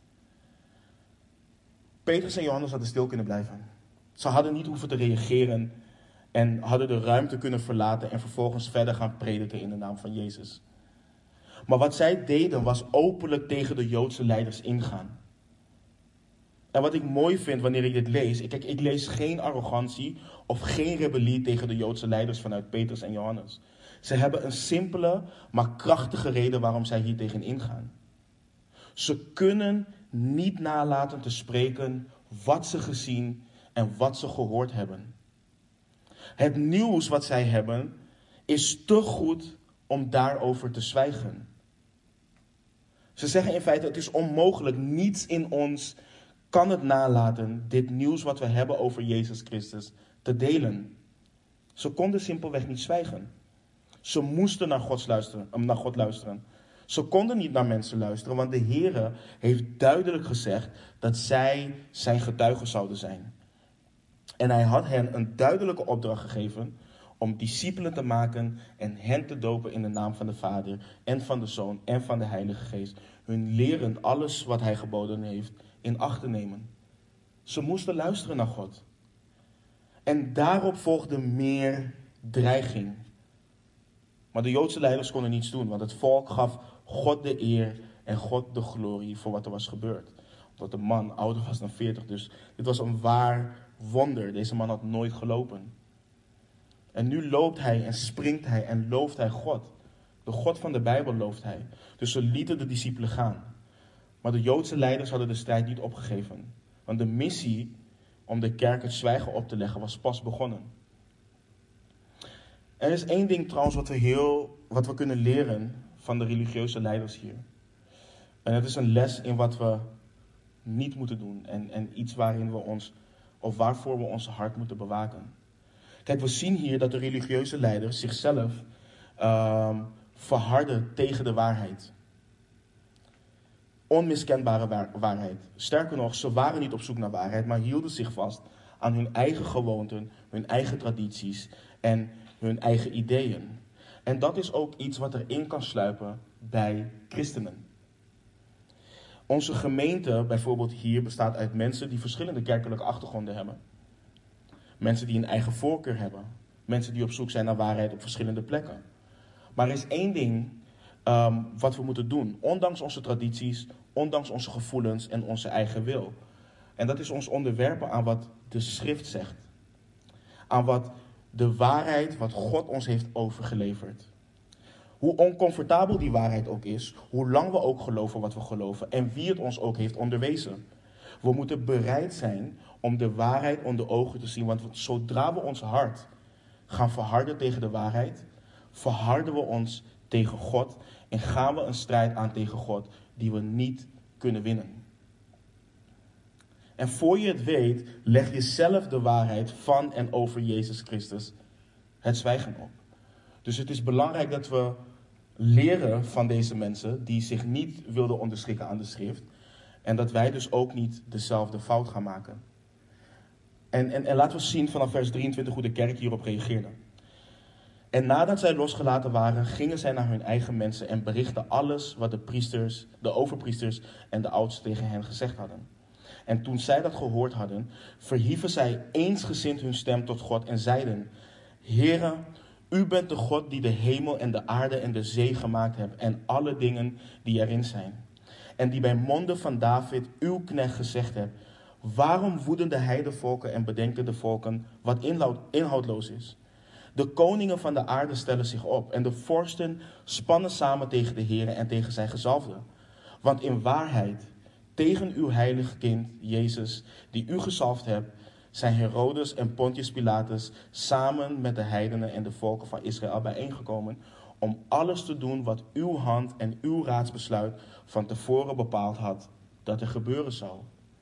Petrus en Johannes hadden stil kunnen blijven. Ze hadden niet hoeven te reageren en hadden de ruimte kunnen verlaten en vervolgens verder gaan prediken in de naam van Jezus. Maar wat zij deden was openlijk tegen de Joodse leiders ingaan. En wat ik mooi vind wanneer ik dit lees, kijk, ik lees geen arrogantie of geen rebellie tegen de Joodse leiders vanuit Petrus en Johannes. Ze hebben een simpele, maar krachtige reden waarom zij hier tegen ingaan. Ze kunnen niet nalaten te spreken wat ze gezien en wat ze gehoord hebben. Het nieuws wat zij hebben is te goed om daarover te zwijgen. Ze zeggen in feite, het is onmogelijk, niets in ons kan het nalaten dit nieuws wat we hebben over Jezus Christus te delen. Ze konden simpelweg niet zwijgen. Ze moesten naar, Gods luisteren, naar God luisteren. Ze konden niet naar mensen luisteren, want de Heere heeft duidelijk gezegd dat zij zijn getuigen zouden zijn. En hij had hen een duidelijke opdracht gegeven om discipelen te maken en hen te dopen in de naam van de Vader en van de Zoon en van de Heilige Geest. hun lerend alles wat hij geboden heeft in acht te nemen. Ze moesten luisteren naar God. En daarop volgde meer dreiging. Maar de Joodse leiders konden niets doen, want het volk gaf God de eer en God de glorie voor wat er was gebeurd. Omdat de man ouder was dan veertig, dus dit was een waar wonder. Deze man had nooit gelopen. En nu loopt hij en springt hij en looft hij God. De God van de Bijbel looft hij. Dus ze lieten de discipelen gaan. Maar de Joodse leiders hadden de strijd niet opgegeven. Want de missie om de kerk het zwijgen op te leggen was pas begonnen. Er is één ding trouwens wat we, heel, wat we kunnen leren van de religieuze leiders hier. En het is een les in wat we niet moeten doen. En, en iets waarin we ons, of waarvoor we ons hart moeten bewaken. Kijk, we zien hier dat de religieuze leiders zichzelf uh, verharden tegen de waarheid. Onmiskenbare waar, waarheid. Sterker nog, ze waren niet op zoek naar waarheid, maar hielden zich vast aan hun eigen gewoonten, hun eigen tradities en hun eigen ideeën. En dat is ook iets wat erin kan sluipen bij christenen. Onze gemeente, bijvoorbeeld hier, bestaat uit mensen die verschillende kerkelijke achtergronden hebben. Mensen die een eigen voorkeur hebben. Mensen die op zoek zijn naar waarheid op verschillende plekken. Maar er is één ding um, wat we moeten doen. Ondanks onze tradities, ondanks onze gevoelens en onze eigen wil. En dat is ons onderwerpen aan wat de schrift zegt. Aan wat de waarheid, wat God ons heeft overgeleverd. Hoe oncomfortabel die waarheid ook is. Hoe lang we ook geloven wat we geloven. En wie het ons ook heeft onderwezen. We moeten bereid zijn om de waarheid onder ogen te zien. Want zodra we ons hart gaan verharden tegen de waarheid, verharden we ons tegen God en gaan we een strijd aan tegen God die we niet kunnen winnen. En voor je het weet, leg je zelf de waarheid van en over Jezus Christus het zwijgen op. Dus het is belangrijk dat we leren van deze mensen die zich niet wilden onderschikken aan de schrift. En dat wij dus ook niet dezelfde fout gaan maken. En, en, en laten we zien vanaf vers drieëntwintig hoe de kerk hierop reageerde. En nadat zij losgelaten waren, gingen zij naar hun eigen mensen en berichtten alles wat de priesters, de overpriesters en de oudsten tegen hen gezegd hadden. En toen zij dat gehoord hadden, verhieven zij eensgezind hun stem tot God en zeiden: Heere, u bent de God die de hemel en de aarde en de zee gemaakt hebt en alle dingen die erin zijn. En die bij monden van David, uw knecht, gezegd hebt: waarom woeden de heidevolken en bedenken de volken wat inhoud, inhoudloos is? De koningen van de aarde stellen zich op en de vorsten spannen samen tegen de Heere en tegen zijn gezalfde. Want in waarheid, tegen uw heilige kind, Jezus, die u gezalfd hebt, zijn Herodes en Pontius Pilatus samen met de heidenen en de volken van Israël bijeengekomen om alles te doen wat uw hand en uw raadsbesluit van tevoren bepaald had dat er gebeuren zou.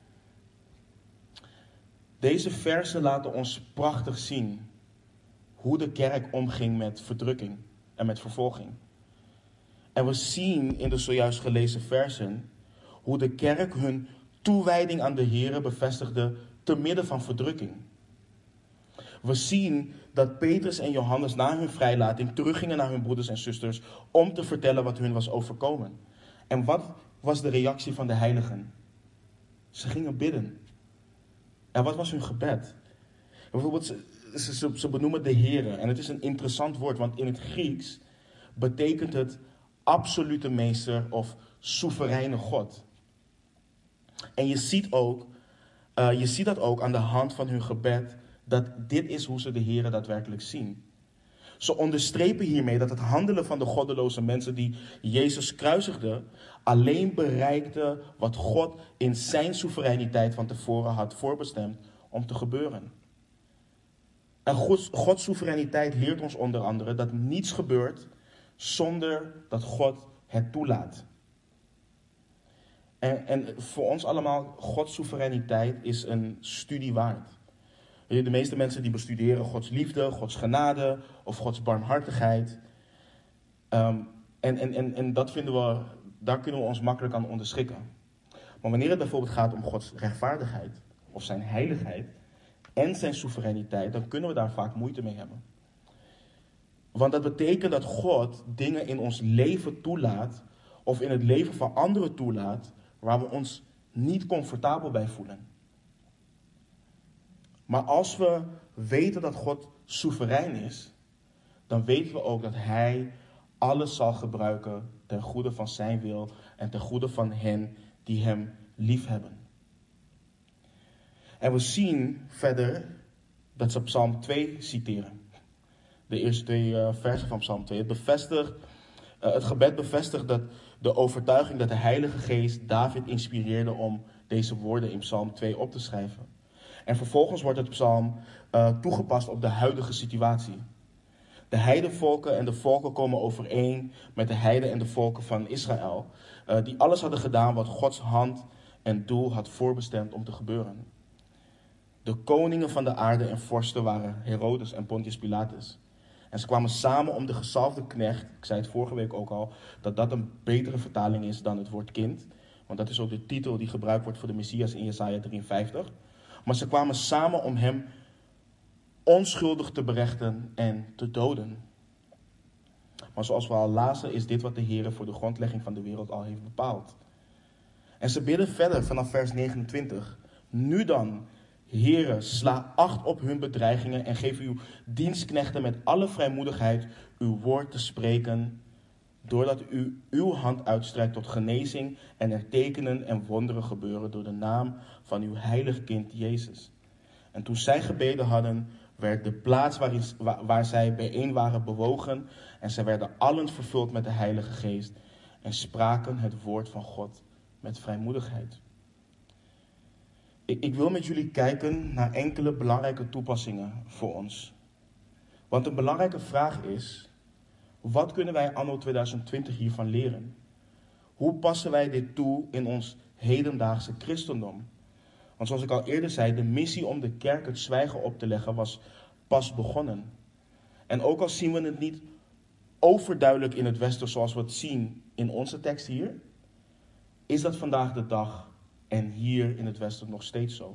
Deze versen laten ons prachtig zien hoe de kerk omging met verdrukking en met vervolging. En we zien in de zojuist gelezen versen hoe de kerk hun toewijding aan de Heere bevestigde te midden van verdrukking. We zien dat Petrus en Johannes na hun vrijlating teruggingen naar hun broeders en zusters om te vertellen wat hun was overkomen. En wat was de reactie van de heiligen? Ze gingen bidden. En wat was hun gebed? Bijvoorbeeld, ze, ze, ze benoemen de Heere. En het is een interessant woord, want in het Grieks betekent het absolute meester of soevereine God. En je ziet, ook, uh, je ziet dat ook aan de hand van hun gebed, dat dit is hoe ze de Heere daadwerkelijk zien. Ze onderstrepen hiermee dat het handelen van de goddeloze mensen die Jezus kruisigde alleen bereikte wat God in zijn soevereiniteit van tevoren had voorbestemd om te gebeuren. En Gods, Gods soevereiniteit leert ons onder andere dat niets gebeurt zonder dat God het toelaat. En, en voor ons allemaal, Gods soevereiniteit is een studie waard. De meeste mensen die bestuderen Gods liefde, Gods genade of Gods barmhartigheid. Um, en, en, en, en dat vinden we, daar kunnen we ons makkelijk aan onderschikken. Maar wanneer het bijvoorbeeld gaat om Gods rechtvaardigheid of zijn heiligheid en zijn soevereiniteit, dan kunnen we daar vaak moeite mee hebben. Want dat betekent dat God dingen in ons leven toelaat of in het leven van anderen toelaat waar we ons niet comfortabel bij voelen. Maar als we weten dat God soeverein is, dan weten we ook dat Hij alles zal gebruiken ten goede van zijn wil en ten goede van hen die Hem liefhebben. En we zien verder dat ze Psalm twee citeren. De eerste twee uh, versen van Psalm twee. Het, bevestigt, uh, het gebed bevestigt dat de overtuiging dat de Heilige Geest David inspireerde om deze woorden in Psalm twee op te schrijven. En vervolgens wordt het psalm uh, toegepast op de huidige situatie. De heidenvolken en de volken komen overeen met de heiden en de volken van Israël, uh, die alles hadden gedaan wat Gods hand en doel had voorbestemd om te gebeuren. De koningen van de aarde en vorsten waren Herodes en Pontius Pilatus. En ze kwamen samen om de gezalfde knecht, ik zei het vorige week ook al, dat dat een betere vertaling is dan het woord kind. Want dat is ook de titel die gebruikt wordt voor de Messias in Jesaja drieënvijftig. Maar ze kwamen samen om hem onschuldig te berechten en te doden. Maar zoals we al lazen is dit wat de Heer voor de grondlegging van de wereld al heeft bepaald. En ze bidden verder vanaf vers negenentwintig. Nu dan, Heere, sla acht op hun bedreigingen en geef uw dienstknechten met alle vrijmoedigheid uw woord te spreken, doordat u uw hand uitstrekt tot genezing en er tekenen en wonderen gebeuren door de naam van uw heilig kind Jezus. En toen zij gebeden hadden, werd de plaats waarin, waar, waar zij bijeen waren bewogen en zij werden allen vervuld met de Heilige Geest en spraken het woord van God met vrijmoedigheid. Ik, ik wil met jullie kijken naar enkele belangrijke toepassingen voor ons. Want een belangrijke vraag is, wat kunnen wij anno tweeduizend twintig hiervan leren? Hoe passen wij dit toe in ons hedendaagse christendom? Want zoals ik al eerder zei, de missie om de kerk het zwijgen op te leggen was pas begonnen. En ook al zien we het niet overduidelijk in het Westen zoals we het zien in onze tekst hier, is dat vandaag de dag en hier in het Westen nog steeds zo.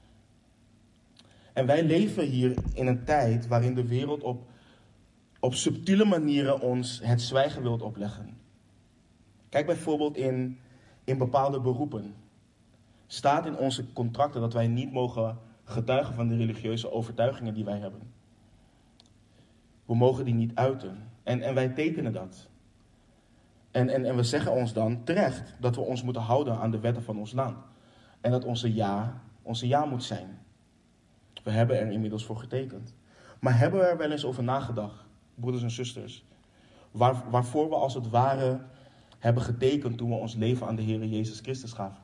En wij leven hier in een tijd waarin de wereld op, op subtiele manieren ons het zwijgen wilt opleggen. Kijk bijvoorbeeld in, in bepaalde beroepen. Staat in onze contracten dat wij niet mogen getuigen van de religieuze overtuigingen die wij hebben. We mogen die niet uiten. En, en wij tekenen dat. En, en, en we zeggen ons dan terecht dat we ons moeten houden aan de wetten van ons land. En dat onze ja, onze ja moet zijn. We hebben er inmiddels voor getekend. Maar hebben we er wel eens over nagedacht, broeders en zusters, waar, waarvoor we als het ware hebben getekend toen we ons leven aan de Heer Jezus Christus gaven?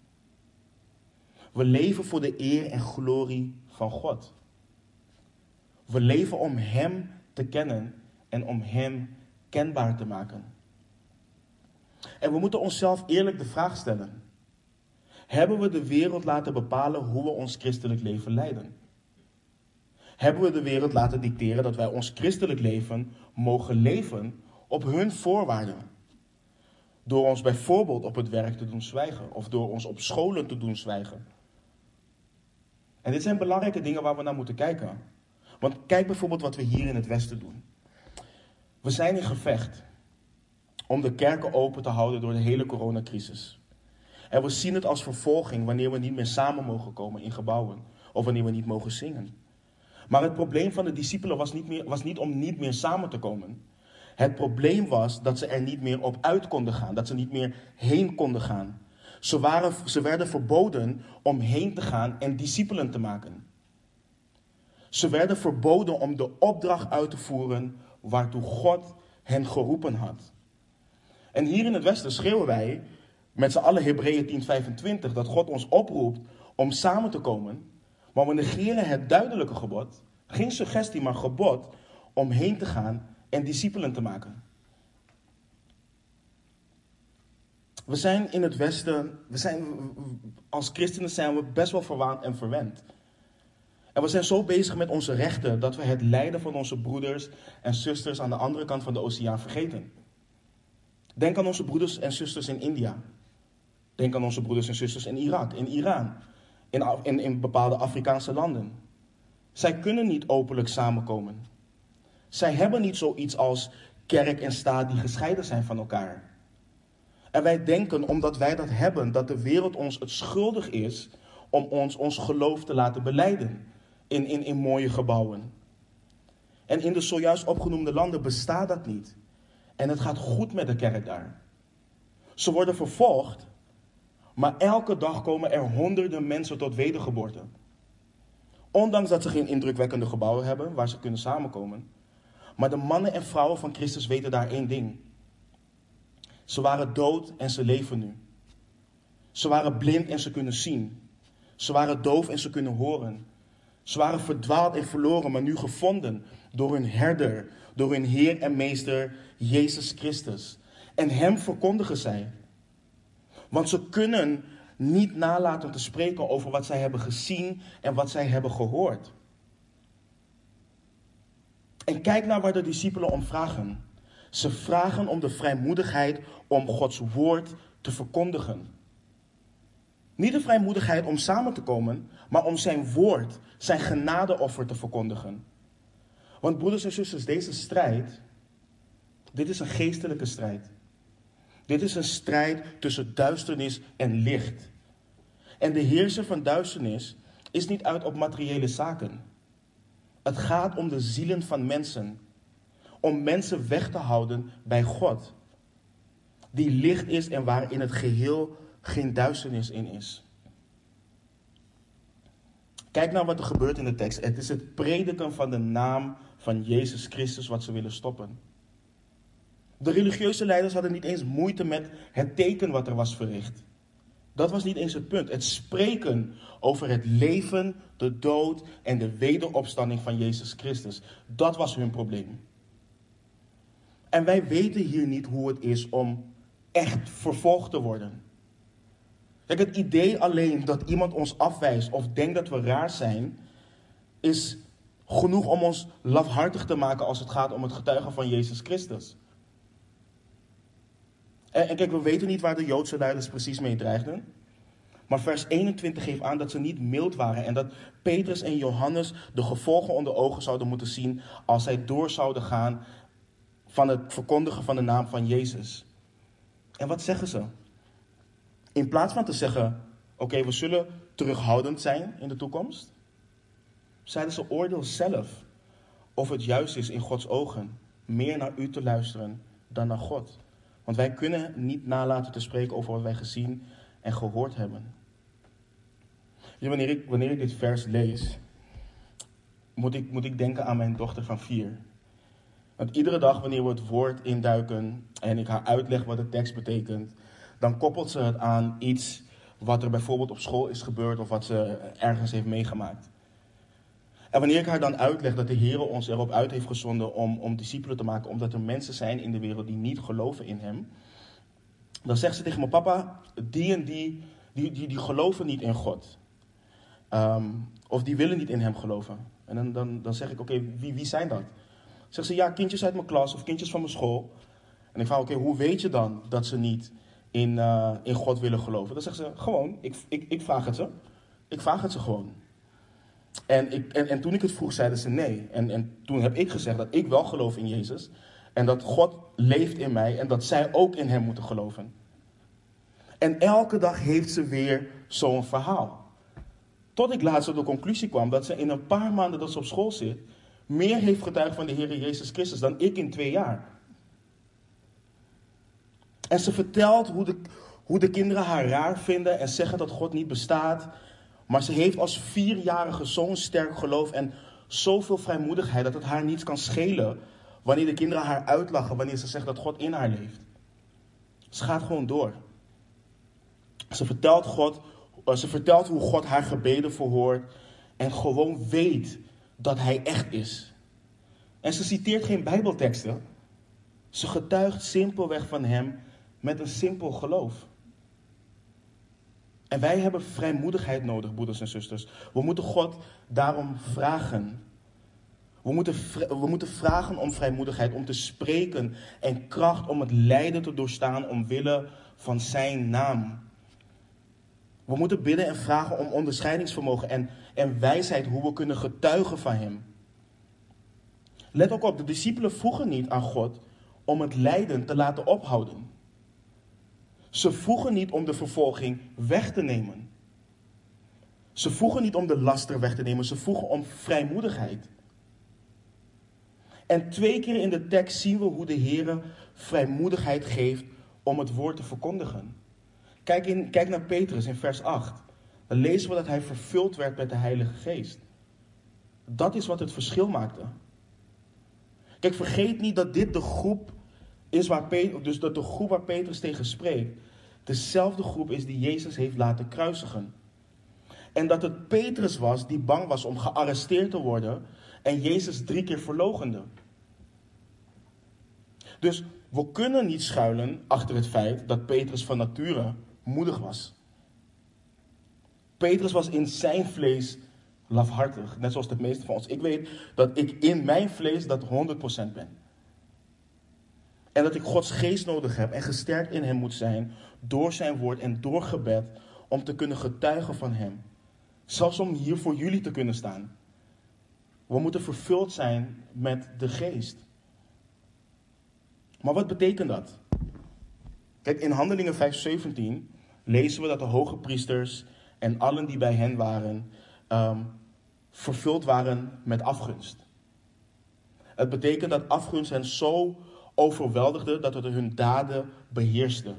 We leven voor de eer en glorie van God. We leven om Hem te kennen en om Hem kenbaar te maken. En we moeten onszelf eerlijk de vraag stellen. Hebben we de wereld laten bepalen hoe we ons christelijk leven leiden? Hebben we de wereld laten dicteren dat wij ons christelijk leven mogen leven op hun voorwaarden? Door ons bijvoorbeeld op het werk te doen zwijgen of door ons op scholen te doen zwijgen. En dit zijn belangrijke dingen waar we naar moeten kijken. Want kijk bijvoorbeeld wat we hier in het Westen doen. We zijn in gevecht om de kerken open te houden door de hele coronacrisis. En we zien het als vervolging wanneer we niet meer samen mogen komen in gebouwen. Of wanneer we niet mogen zingen. Maar het probleem van de discipelen was niet, meer, was niet om niet meer samen te komen. Het probleem was dat ze er niet meer op uit konden gaan. Dat ze niet meer heen konden gaan. Ze, waren, ze werden verboden om heen te gaan en discipelen te maken. Ze werden verboden om de opdracht uit te voeren waartoe God hen geroepen had. En hier in het Westen schreeuwen wij met z'n allen Hebreeën tien vijfentwintig dat God ons oproept om samen te komen. Maar we negeren het duidelijke gebod, geen suggestie, maar gebod, om heen te gaan en discipelen te maken. We zijn in het Westen, we zijn, als christenen zijn we best wel verwaand en verwend. En we zijn zo bezig met onze rechten dat we het lijden van onze broeders en zusters aan de andere kant van de oceaan vergeten. Denk aan onze broeders en zusters in India. Denk aan onze broeders en zusters in Irak, in Iran, in, in, in bepaalde Afrikaanse landen. Zij kunnen niet openlijk samenkomen. Zij hebben niet zoiets als kerk en staat die gescheiden zijn van elkaar. En wij denken, omdat wij dat hebben, dat de wereld ons het schuldig is om ons ons geloof te laten belijden in, in, in mooie gebouwen. En in de zojuist opgenoemde landen bestaat dat niet. En het gaat goed met de kerk daar. Ze worden vervolgd, maar elke dag komen er honderden mensen tot wedergeboorte. Ondanks dat ze geen indrukwekkende gebouwen hebben waar ze kunnen samenkomen. Maar de mannen en vrouwen van Christus weten daar één ding. Ze waren dood en ze leven nu. Ze waren blind en ze kunnen zien. Ze waren doof en ze kunnen horen. Ze waren verdwaald en verloren, maar nu gevonden door hun herder, door hun Heer en Meester Jezus Christus. En hem verkondigen zij. Want ze kunnen niet nalaten te spreken over wat zij hebben gezien en wat zij hebben gehoord. En kijk naar waar de discipelen om vragen. Ze vragen om de vrijmoedigheid om Gods woord te verkondigen. Niet de vrijmoedigheid om samen te komen, maar om zijn woord, zijn genadeoffer te verkondigen. Want broeders en zusters, deze strijd, dit is een geestelijke strijd. Dit is een strijd tussen duisternis en licht. En de heerser van duisternis is niet uit op materiële zaken. Het gaat om de zielen van mensen. Om mensen weg te houden bij God. Die licht is en waar in het geheel geen duisternis in is. Kijk nou wat er gebeurt in de tekst. Het is het prediken van de naam van Jezus Christus wat ze willen stoppen. De religieuze leiders hadden niet eens moeite met het teken wat er was verricht. Dat was niet eens het punt. Het spreken over het leven, de dood en de wederopstanding van Jezus Christus. Dat was hun probleem. En wij weten hier niet hoe het is om echt vervolgd te worden. Kijk, het idee alleen dat iemand ons afwijst of denkt dat we raar zijn, is genoeg om ons lafhartig te maken als het gaat om het getuigen van Jezus Christus. En, en kijk, we weten niet waar de Joodse leiders precies mee dreigden. Maar vers eenentwintig geeft aan dat ze niet mild waren en dat Petrus en Johannes de gevolgen onder ogen zouden moeten zien als zij door zouden gaan van het verkondigen van de naam van Jezus. En wat zeggen ze? In plaats van te zeggen, oké, okay, we zullen terughoudend zijn in de toekomst, zeiden ze, oordeel zelf of het juist is in Gods ogen meer naar u te luisteren dan naar God. Want wij kunnen niet nalaten te spreken over wat wij gezien en gehoord hebben. Dus wanneer ik, wanneer ik dit vers lees, moet ik, moet ik denken aan mijn dochter van vier. Want iedere dag wanneer we het woord induiken en ik haar uitleg wat de tekst betekent, dan koppelt ze het aan iets wat er bijvoorbeeld op school is gebeurd of wat ze ergens heeft meegemaakt. En wanneer ik haar dan uitleg dat de Heer ons erop uit heeft gezonden om, om discipelen te maken, omdat er mensen zijn in de wereld die niet geloven in hem, dan zegt ze tegen me, papa, die en die, die, die, die geloven niet in God. Um, of die willen niet in hem geloven. En dan, dan, dan zeg ik, oké, okay, wie, wie zijn dat? Zegt ze, ja, kindjes uit mijn klas of kindjes van mijn school. En ik vraag, oké, okay, hoe weet je dan dat ze niet in, uh, in God willen geloven? Dan zegt ze, gewoon, ik, ik, ik vraag het ze. Ik vraag het ze gewoon. En, ik, en, en toen ik het vroeg, zeiden ze nee. En, en toen heb ik gezegd dat ik wel geloof in Jezus. En dat God leeft in mij en dat zij ook in hem moeten geloven. En elke dag heeft ze weer zo'n verhaal. Tot ik laatst op de conclusie kwam dat ze in een paar maanden dat ze op school zit, meer heeft getuigd van de Heer Jezus Christus dan ik in twee jaar. En ze vertelt hoe de, hoe de kinderen haar raar vinden en zeggen dat God niet bestaat. Maar ze heeft als vierjarige zo'n sterk geloof en zoveel vrijmoedigheid dat het haar niets kan schelen wanneer de kinderen haar uitlachen, wanneer ze zegt dat God in haar leeft. Ze gaat gewoon door. Ze vertelt, God, ze vertelt hoe God haar gebeden verhoort en gewoon weet dat hij echt is. En ze citeert geen Bijbelteksten. Ze getuigt simpelweg van hem met een simpel geloof. En wij hebben vrijmoedigheid nodig, broeders en zusters. We moeten God daarom vragen. We moeten, we moeten vragen om vrijmoedigheid, om te spreken en kracht om het lijden te doorstaan omwille van zijn naam. We moeten bidden en vragen om onderscheidingsvermogen en, en wijsheid hoe we kunnen getuigen van hem. Let ook op, de discipelen vroegen niet aan God om het lijden te laten ophouden. Ze vroegen niet om de vervolging weg te nemen. Ze vroegen niet om de laster weg te nemen. Ze vroegen om vrijmoedigheid. En twee keer in de tekst zien we hoe de Heer vrijmoedigheid geeft om het woord te verkondigen. Kijk, in, kijk naar Petrus in vers acht. Dan lezen we dat hij vervuld werd met de Heilige Geest. Dat is wat het verschil maakte. Kijk, vergeet niet dat dit de groep is waar Petrus, dus dat de groep waar Petrus tegen spreekt, dezelfde groep is die Jezus heeft laten kruisigen. En dat het Petrus was die bang was om gearresteerd te worden en Jezus drie keer verloochende. Dus we kunnen niet schuilen achter het feit dat Petrus van nature moedig was. Petrus was in zijn vlees lafhartig, net zoals de meeste van ons. Ik weet dat ik in mijn vlees dat honderd procent ben. En dat ik Gods geest nodig heb en gesterkt in hem moet zijn door zijn woord en door gebed om te kunnen getuigen van hem. Zelfs om hier voor jullie te kunnen staan. We moeten vervuld zijn met de geest. Maar wat betekent dat? Kijk, in Handelingen vijf zeventien lezen we dat de hoge priesters en allen die bij hen waren, um, vervuld waren met afgunst. Het betekent dat afgunst hen zo overweldigde dat het hun daden beheerste.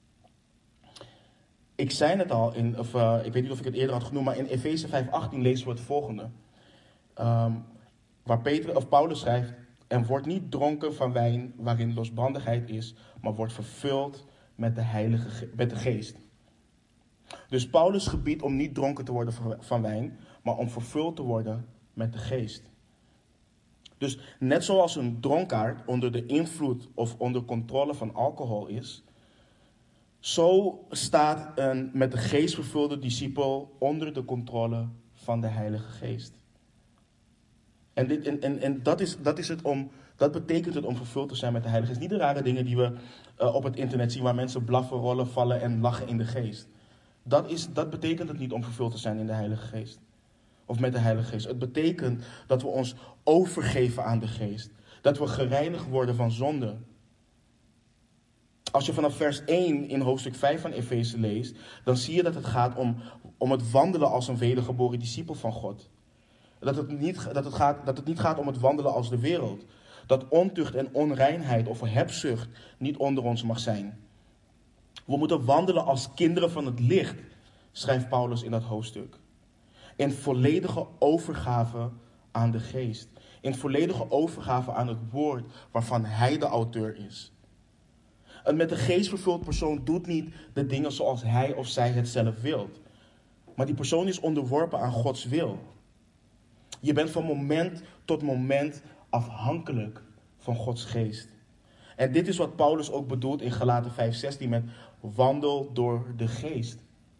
Ik zei het al, in, of, uh, ik weet niet of ik het eerder had genoemd, maar in Efeze vijf achttien lezen we het volgende. Um, waar Peter, of Paulus schrijft, en wordt niet dronken van wijn waarin losbandigheid is, maar wordt vervuld met de heilige, met de geest. Dus Paulus gebiedt om niet dronken te worden van wijn, maar om vervuld te worden met de geest. Dus net zoals een dronkaard onder de invloed of onder controle van alcohol is, zo staat een met de geest vervulde discipel onder de controle van de Heilige Geest. En, dit, en, en, en dat, is, dat, is het om, dat betekent het om vervuld te zijn met de Heilige Geest. Niet de rare dingen die we uh, op het internet zien waar mensen blaffen, rollen, vallen en lachen in de geest. Dat, is, dat betekent het niet om vervuld te zijn in de Heilige Geest. Of met de Heilige Geest. Het betekent dat we ons overgeven aan de Geest. Dat we gereinigd worden van zonde. Als je vanaf vers één in hoofdstuk vijf van Efeze leest, dan zie je dat het gaat om, om het wandelen als een wedergeboren discipel van God. Dat het, niet, dat, het gaat, dat het niet gaat om het wandelen als de wereld. Dat ontucht en onreinheid of hebzucht niet onder ons mag zijn. We moeten wandelen als kinderen van het licht, schrijft Paulus in dat hoofdstuk. In volledige overgave aan de geest. In volledige overgave aan het woord waarvan hij de auteur is. Een met de geest vervuld persoon doet niet de dingen zoals hij of zij het zelf wilt. Maar die persoon is onderworpen aan Gods wil. Je bent van moment tot moment afhankelijk van Gods geest. En dit is wat Paulus ook bedoelt in Galaten vijf zestien met wandel door de geest.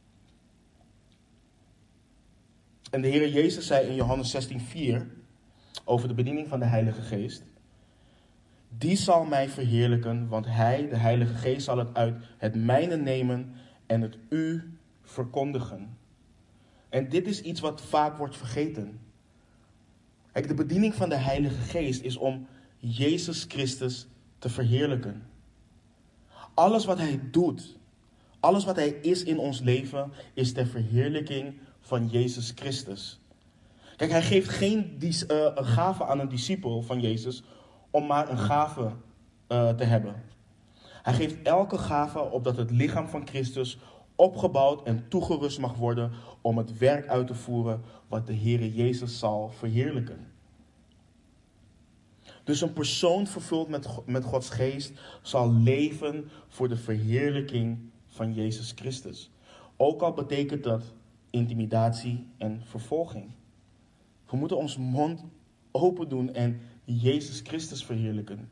En de Heer Jezus zei in Johannes zestien vier over de bediening van de Heilige Geest: die zal mij verheerlijken, want hij, de Heilige Geest, zal het uit het mijne nemen en het u verkondigen. En dit is iets wat vaak wordt vergeten. Kijk, de bediening van de Heilige Geest is om Jezus Christus te verheerlijken. Alles wat hij doet, alles wat hij is in ons leven, is ter verheerlijking van Jezus Christus. Kijk, hij geeft geen uh, een gave aan een discipel van Jezus om maar een gave uh, te hebben. Hij geeft elke gave opdat het lichaam van Christus opgebouwd en toegerust mag worden om het werk uit te voeren wat de Heere Jezus zal verheerlijken. Dus een persoon vervuld met, met Gods geest zal leven voor de verheerlijking van Jezus Christus. Ook al betekent dat intimidatie en vervolging. We moeten ons mond open doen en Jezus Christus verheerlijken.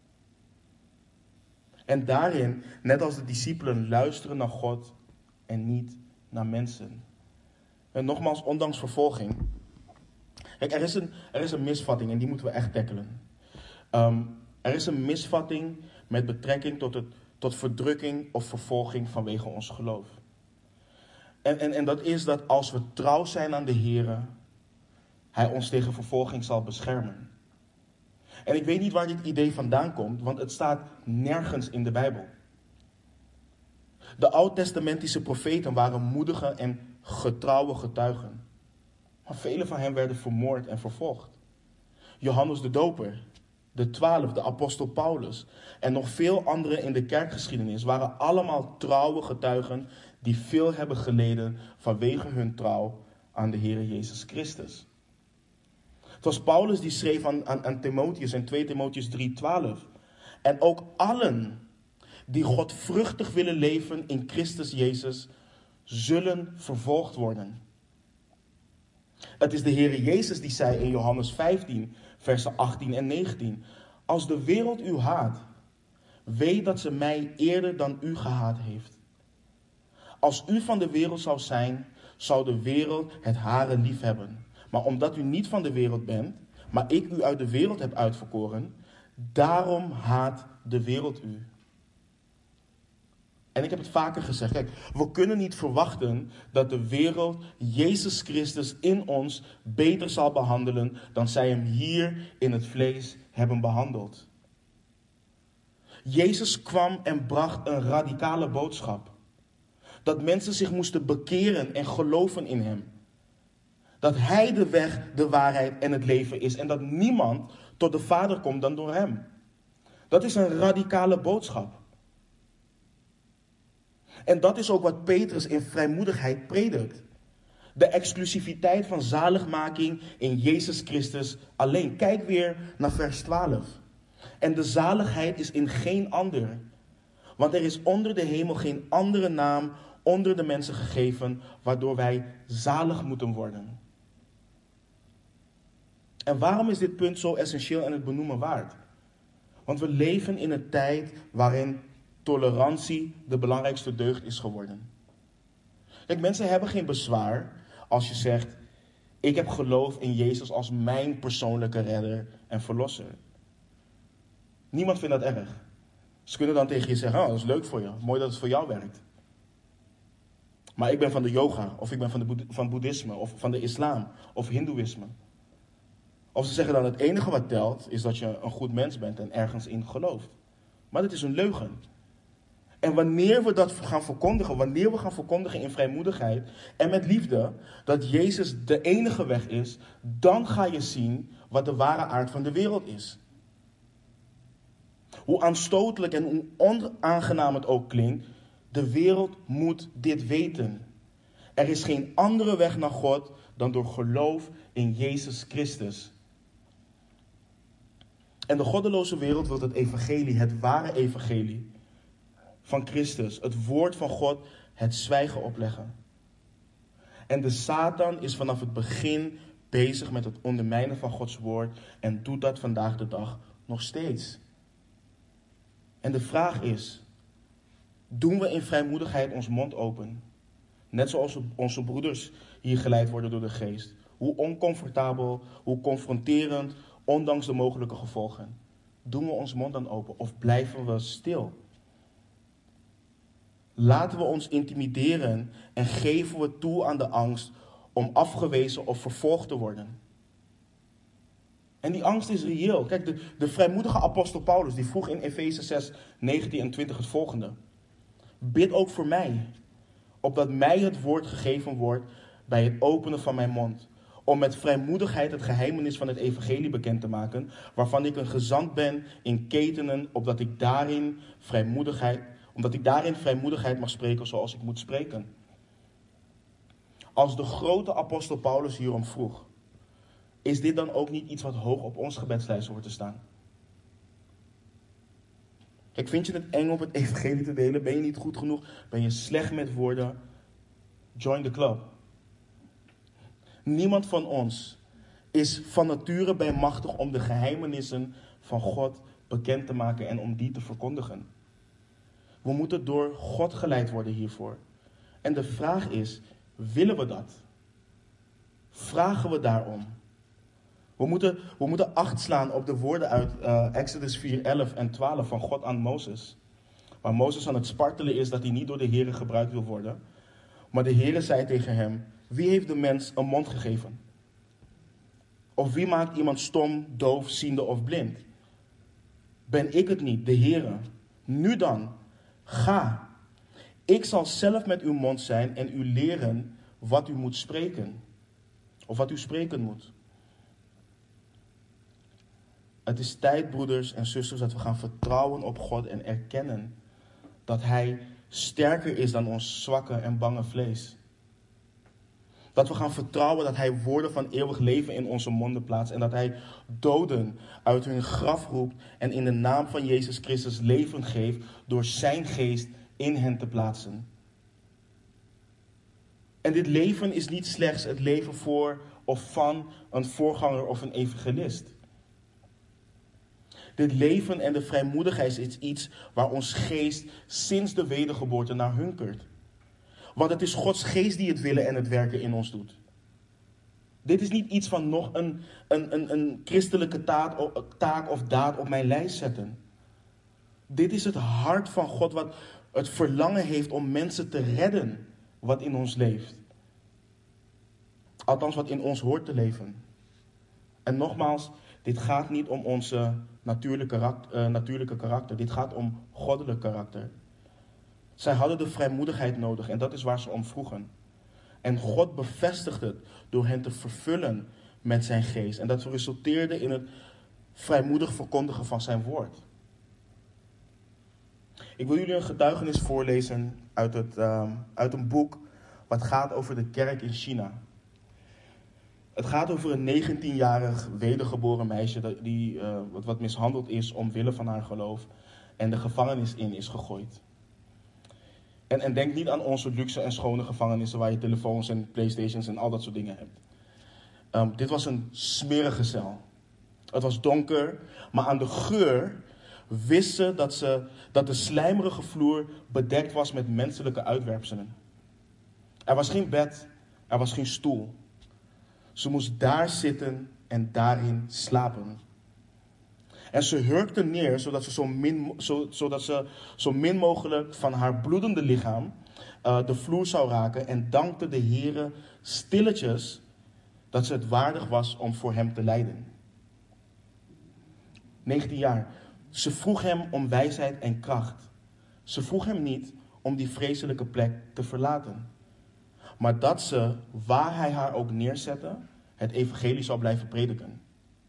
En daarin, net als de discipelen, luisteren naar God en niet naar mensen. En nogmaals, ondanks vervolging. Kijk, er is een, er is een misvatting en die moeten we echt tackelen. Um, er is een misvatting met betrekking tot, het, tot verdrukking of vervolging vanwege ons geloof. En, en, en dat is dat als we trouw zijn aan de Heere, Hij ons tegen vervolging zal beschermen. En ik weet niet waar dit idee vandaan komt, want het staat nergens in de Bijbel. De oud-testamentische profeten waren moedige en getrouwe getuigen. Maar velen van hen werden vermoord en vervolgd. Johannes de Doper, de twaalf, de apostel Paulus en nog veel anderen in de kerkgeschiedenis waren allemaal trouwe getuigen die veel hebben geleden vanwege hun trouw aan de Heer Jezus Christus. Het was Paulus die schreef aan, aan, aan Timotheus in twee Timotheus drie twaalf. En ook allen die godvruchtig willen leven in Christus Jezus, zullen vervolgd worden. Het is de Heer Jezus die zei in Johannes vijftien, versen achttien en negentien. Als de wereld u haat, weet dat ze mij eerder dan u gehaat heeft. Als u van de wereld zou zijn, zou de wereld het hare lief hebben. Maar omdat u niet van de wereld bent, maar ik u uit de wereld heb uitverkoren, daarom haat de wereld u. En ik heb het vaker gezegd, kijk, we kunnen niet verwachten dat de wereld Jezus Christus in ons beter zal behandelen dan zij hem hier in het vlees hebben behandeld. Jezus kwam en bracht een radicale boodschap. Dat mensen zich moesten bekeren en geloven in hem. Dat hij de weg, de waarheid en het leven is en dat niemand tot de Vader komt dan door hem. Dat is een radicale boodschap. En dat is ook wat Petrus in vrijmoedigheid predikt. De exclusiviteit van zaligmaking in Jezus Christus alleen. Kijk weer naar vers twaalf. En de zaligheid is in geen ander. Want er is onder de hemel geen andere naam onder de mensen gegeven waardoor wij zalig moeten worden. En waarom is dit punt zo essentieel en het benoemen waard? Want we leven in een tijd waarin tolerantie de belangrijkste deugd is geworden. Kijk, mensen hebben geen bezwaar als je zegt, ik heb geloof in Jezus als mijn persoonlijke redder en verlosser. Niemand vindt dat erg. Ze kunnen dan tegen je zeggen, oh, dat is leuk voor je, mooi dat het voor jou werkt. Maar ik ben van de yoga, of ik ben van, de boed- van boeddhisme, of van de islam, of hindoeïsme. Of ze zeggen dan, het enige wat telt is dat je een goed mens bent en ergens in gelooft. Maar dat is een leugen. En wanneer we dat gaan verkondigen, wanneer we gaan verkondigen in vrijmoedigheid en met liefde, dat Jezus de enige weg is, dan ga je zien wat de ware aard van de wereld is. Hoe aanstotelijk en hoe onaangenaam het ook klinkt, de wereld moet dit weten. Er is geen andere weg naar God dan door geloof in Jezus Christus. En de goddeloze wereld wil het evangelie, het ware evangelie van Christus, het woord van God, het zwijgen opleggen. En de Satan is vanaf het begin bezig met het ondermijnen van Gods woord en doet dat vandaag de dag nog steeds. En de vraag is, doen we in vrijmoedigheid ons mond open? Net zoals onze broeders hier geleid worden door de geest. Hoe oncomfortabel, hoe confronterend, ondanks de mogelijke gevolgen. Doen we ons mond dan open of blijven we stil? Laten we ons intimideren en geven we toe aan de angst om afgewezen of vervolgd te worden. En die angst is reëel. Kijk, de, de vrijmoedige apostel Paulus die vroeg in Efeze zes, negentien en twintig het volgende. Bid ook voor mij, opdat mij het woord gegeven wordt bij het openen van mijn mond. Om met vrijmoedigheid het geheimenis van het evangelie bekend te maken, waarvan ik een gezant ben in ketenen, opdat ik daarin vrijmoedigheid, omdat ik daarin vrijmoedigheid mag spreken zoals ik moet spreken. Als de grote apostel Paulus hierom vroeg, is dit dan ook niet iets wat hoog op ons gebedslijst hoort te staan? Kijk, vind je het eng om het evangelie te delen? Ben je niet goed genoeg? Ben je slecht met woorden? Join the club. Niemand van ons is van nature bij machtig om de geheimenissen van God bekend te maken en om die te verkondigen. We moeten door God geleid worden hiervoor. En de vraag is, willen we dat? Vragen we daarom? We moeten, we moeten acht slaan op de woorden uit uh, Exodus vier, elf en twaalf van God aan Mozes. Waar Mozes aan het spartelen is dat hij niet door de Heere gebruikt wil worden. Maar de Heere zei tegen hem, wie heeft de mens een mond gegeven? Of wie maakt iemand stom, doof, ziende of blind? Ben ik het niet, de Heere? Nu dan, ga. Ik zal zelf met uw mond zijn en u leren wat u moet spreken. Of wat u spreken moet. Het is tijd, broeders en zusters, dat we gaan vertrouwen op God en erkennen dat Hij sterker is dan ons zwakke en bange vlees. Dat we gaan vertrouwen dat Hij woorden van eeuwig leven in onze monden plaatst. En dat Hij doden uit hun graf roept en in de naam van Jezus Christus leven geeft door zijn geest in hen te plaatsen. En dit leven is niet slechts het leven voor of van een voorganger of een evangelist. Dit leven en de vrijmoedigheid is iets waar ons geest sinds de wedergeboorte naar hunkert. Want het is Gods geest die het willen en het werken in ons doet. Dit is niet iets van nog een, een, een, een christelijke taak, taak of daad op mijn lijst zetten. Dit is het hart van God wat het verlangen heeft om mensen te redden wat in ons leeft. Althans wat in ons hoort te leven. En nogmaals, dit gaat niet om onze natuurlijke karakter, uh, natuurlijke karakter. Dit gaat om goddelijk karakter. Zij hadden de vrijmoedigheid nodig en dat is waar ze om vroegen. En God bevestigde het door hen te vervullen met zijn geest. En dat resulteerde in het vrijmoedig verkondigen van zijn woord. Ik wil jullie een getuigenis voorlezen uit, het, uh, uit een boek wat gaat over de kerk in China. Het gaat over een negentienjarig wedergeboren meisje die uh, wat, wat mishandeld is omwille van haar geloof en de gevangenis in is gegooid. En, en denk niet aan onze luxe en schone gevangenissen waar je telefoons en playstations en al dat soort dingen hebt. Um, dit was een smerige cel. Het was donker, maar aan de geur wist ze dat, ze dat de slijmerige vloer bedekt was met menselijke uitwerpselen. Er was geen bed, er was geen stoel. Ze moest daar zitten en daarin slapen. En ze hurkte neer zodat ze zo min, zo, zodat ze zo min mogelijk van haar bloedende lichaam uh, de vloer zou raken. En dankte de Heere stilletjes dat ze het waardig was om voor hem te lijden. negentien jaar. Ze vroeg hem om wijsheid en kracht. Ze vroeg hem niet om die vreselijke plek te verlaten. Maar dat ze, waar hij haar ook neerzette, het evangelie zou blijven prediken.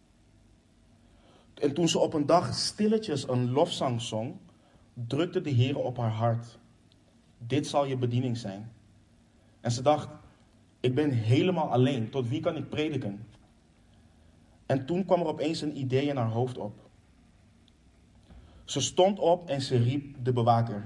En toen ze op een dag stilletjes een lofzang zong, drukte de Heer op haar hart. Dit zal je bediening zijn. En ze dacht, ik ben helemaal alleen, tot wie kan ik prediken? En toen kwam er opeens een idee in haar hoofd op. Ze stond op en ze riep de bewaker.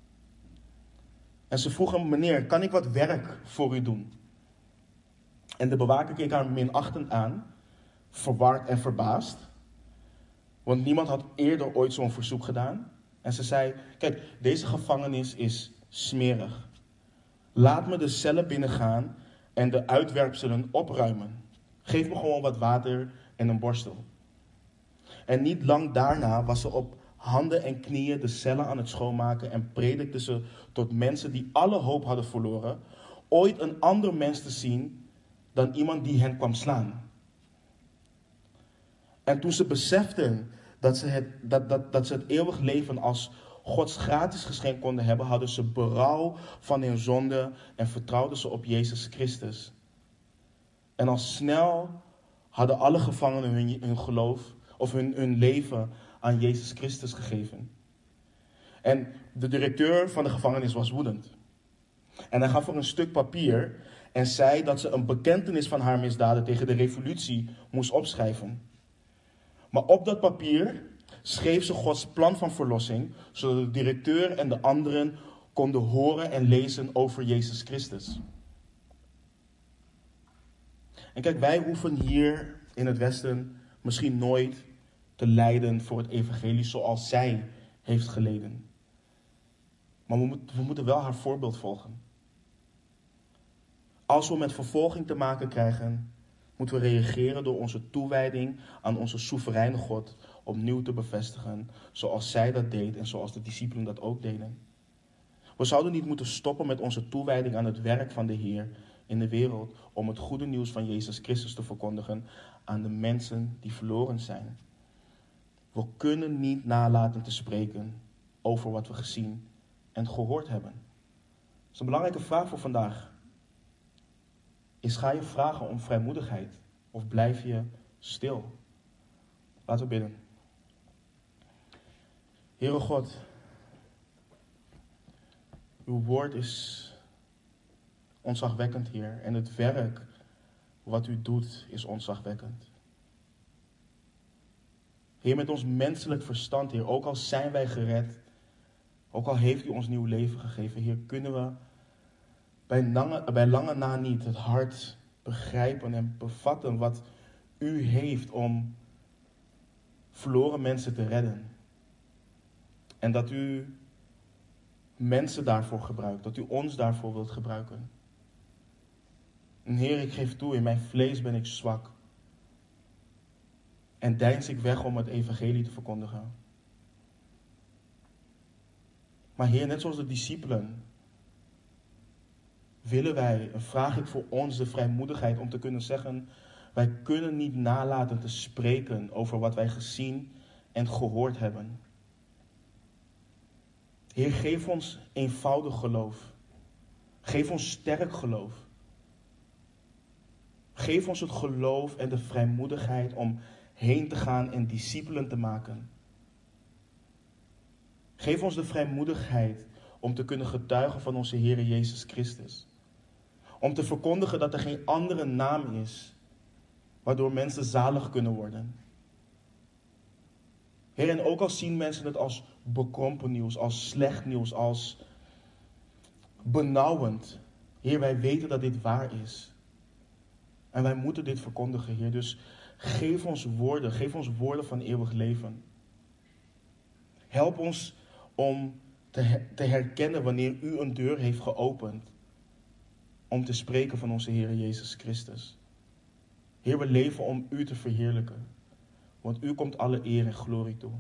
En ze vroeg hem, meneer, kan ik wat werk voor u doen? En de bewaker keek haar minachtend aan, verward en verbaasd. Want niemand had eerder ooit zo'n verzoek gedaan. En ze zei, kijk, deze gevangenis is smerig. Laat me de cellen binnengaan en de uitwerpselen opruimen. Geef me gewoon wat water en een borstel. En niet lang daarna was ze op handen en knieën de cellen aan het schoonmaken en predikte ze tot mensen die alle hoop hadden verloren, ooit een ander mens te zien dan iemand die hen kwam slaan. En toen ze beseften dat ze het, dat, dat, dat ze het eeuwig leven als Gods gratis geschenk konden hebben, hadden ze berouw van hun zonde en vertrouwden ze op Jezus Christus. En al snel hadden alle gevangenen hun, hun geloof of hun, hun leven aan Jezus Christus gegeven. En de directeur van de gevangenis was woedend. En hij gaf haar een stuk papier en zei dat ze een bekentenis van haar misdaden tegen de revolutie moest opschrijven. Maar op dat papier schreef ze Gods plan van verlossing, zodat de directeur en de anderen konden horen en lezen over Jezus Christus. En kijk, wij hoeven hier in het Westen misschien nooit te lijden voor het evangelie zoals zij heeft geleden. Maar we, moet, we moeten wel haar voorbeeld volgen. Als we met vervolging te maken krijgen, moeten we reageren door onze toewijding aan onze soevereine God opnieuw te bevestigen, zoals zij dat deed en zoals de discipelen dat ook deden. We zouden niet moeten stoppen met onze toewijding aan het werk van de Heer in de wereld om het goede nieuws van Jezus Christus te verkondigen aan de mensen die verloren zijn. We kunnen niet nalaten te spreken over wat we gezien en gehoord hebben. Dus een belangrijke vraag voor vandaag is: ga je vragen om vrijmoedigheid of blijf je stil? Laten we bidden. Heere God, uw woord is ontzagwekkend, Heer. En het werk wat u doet is ontzagwekkend. Heer, met ons menselijk verstand, Heer, ook al zijn wij gered, ook al heeft u ons nieuw leven gegeven, Heer, kunnen we bij lange, bij lange na niet het hart begrijpen en bevatten wat u heeft om verloren mensen te redden. En dat u mensen daarvoor gebruikt, dat u ons daarvoor wilt gebruiken. En Heer, ik geef toe, in mijn vlees ben ik zwak. En deins ik weg om het evangelie te verkondigen. Maar Heer, net zoals de discipelen, willen wij, en vraag ik voor ons de vrijmoedigheid om te kunnen zeggen: wij kunnen niet nalaten te spreken over wat wij gezien en gehoord hebben. Heer, geef ons eenvoudig geloof. Geef ons sterk geloof. Geef ons het geloof en de vrijmoedigheid om heen te gaan en discipelen te maken. Geef ons de vrijmoedigheid om te kunnen getuigen van onze Heer Jezus Christus. Om te verkondigen dat er geen andere naam is waardoor mensen zalig kunnen worden. Heer, en ook al zien mensen het als bekrompen nieuws, als slecht nieuws, als benauwend. Heer, wij weten dat dit waar is. En wij moeten dit verkondigen, Heer. Dus geef ons woorden, geef ons woorden van eeuwig leven. Help ons om te, te herkennen wanneer u een deur heeft geopend om te spreken van onze Heer Jezus Christus. Heer, we leven om u te verheerlijken. Want u komt alle eer en glorie toe.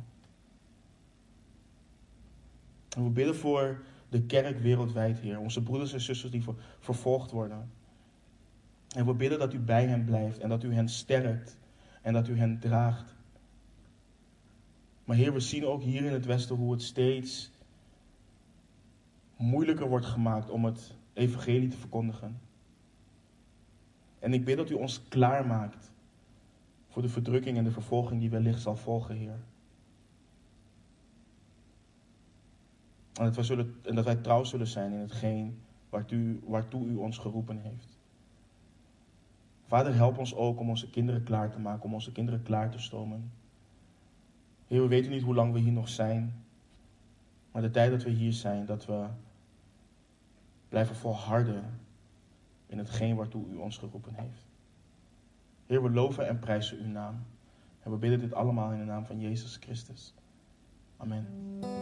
En we bidden voor de kerk wereldwijd, Heer. Onze broeders en zusters die ver, vervolgd worden. En we bidden dat u bij hen blijft en dat u hen sterkt en dat u hen draagt. Maar Heer, we zien ook hier in het Westen hoe het steeds moeilijker wordt gemaakt om het evangelie te verkondigen. En ik bid dat u ons klaarmaakt voor de verdrukking en de vervolging die wellicht zal volgen, Heer. En dat wij, zullen, en dat wij trouw zullen zijn in hetgeen waartoe, waartoe u ons geroepen heeft. Vader, help ons ook om onze kinderen klaar te maken, om onze kinderen klaar te stomen. Heer, we weten niet hoe lang we hier nog zijn. Maar de tijd dat we hier zijn, dat we blijven volharden in hetgeen waartoe u ons geroepen heeft. Heer, we loven en prijzen uw naam. En we bidden dit allemaal in de naam van Jezus Christus. Amen.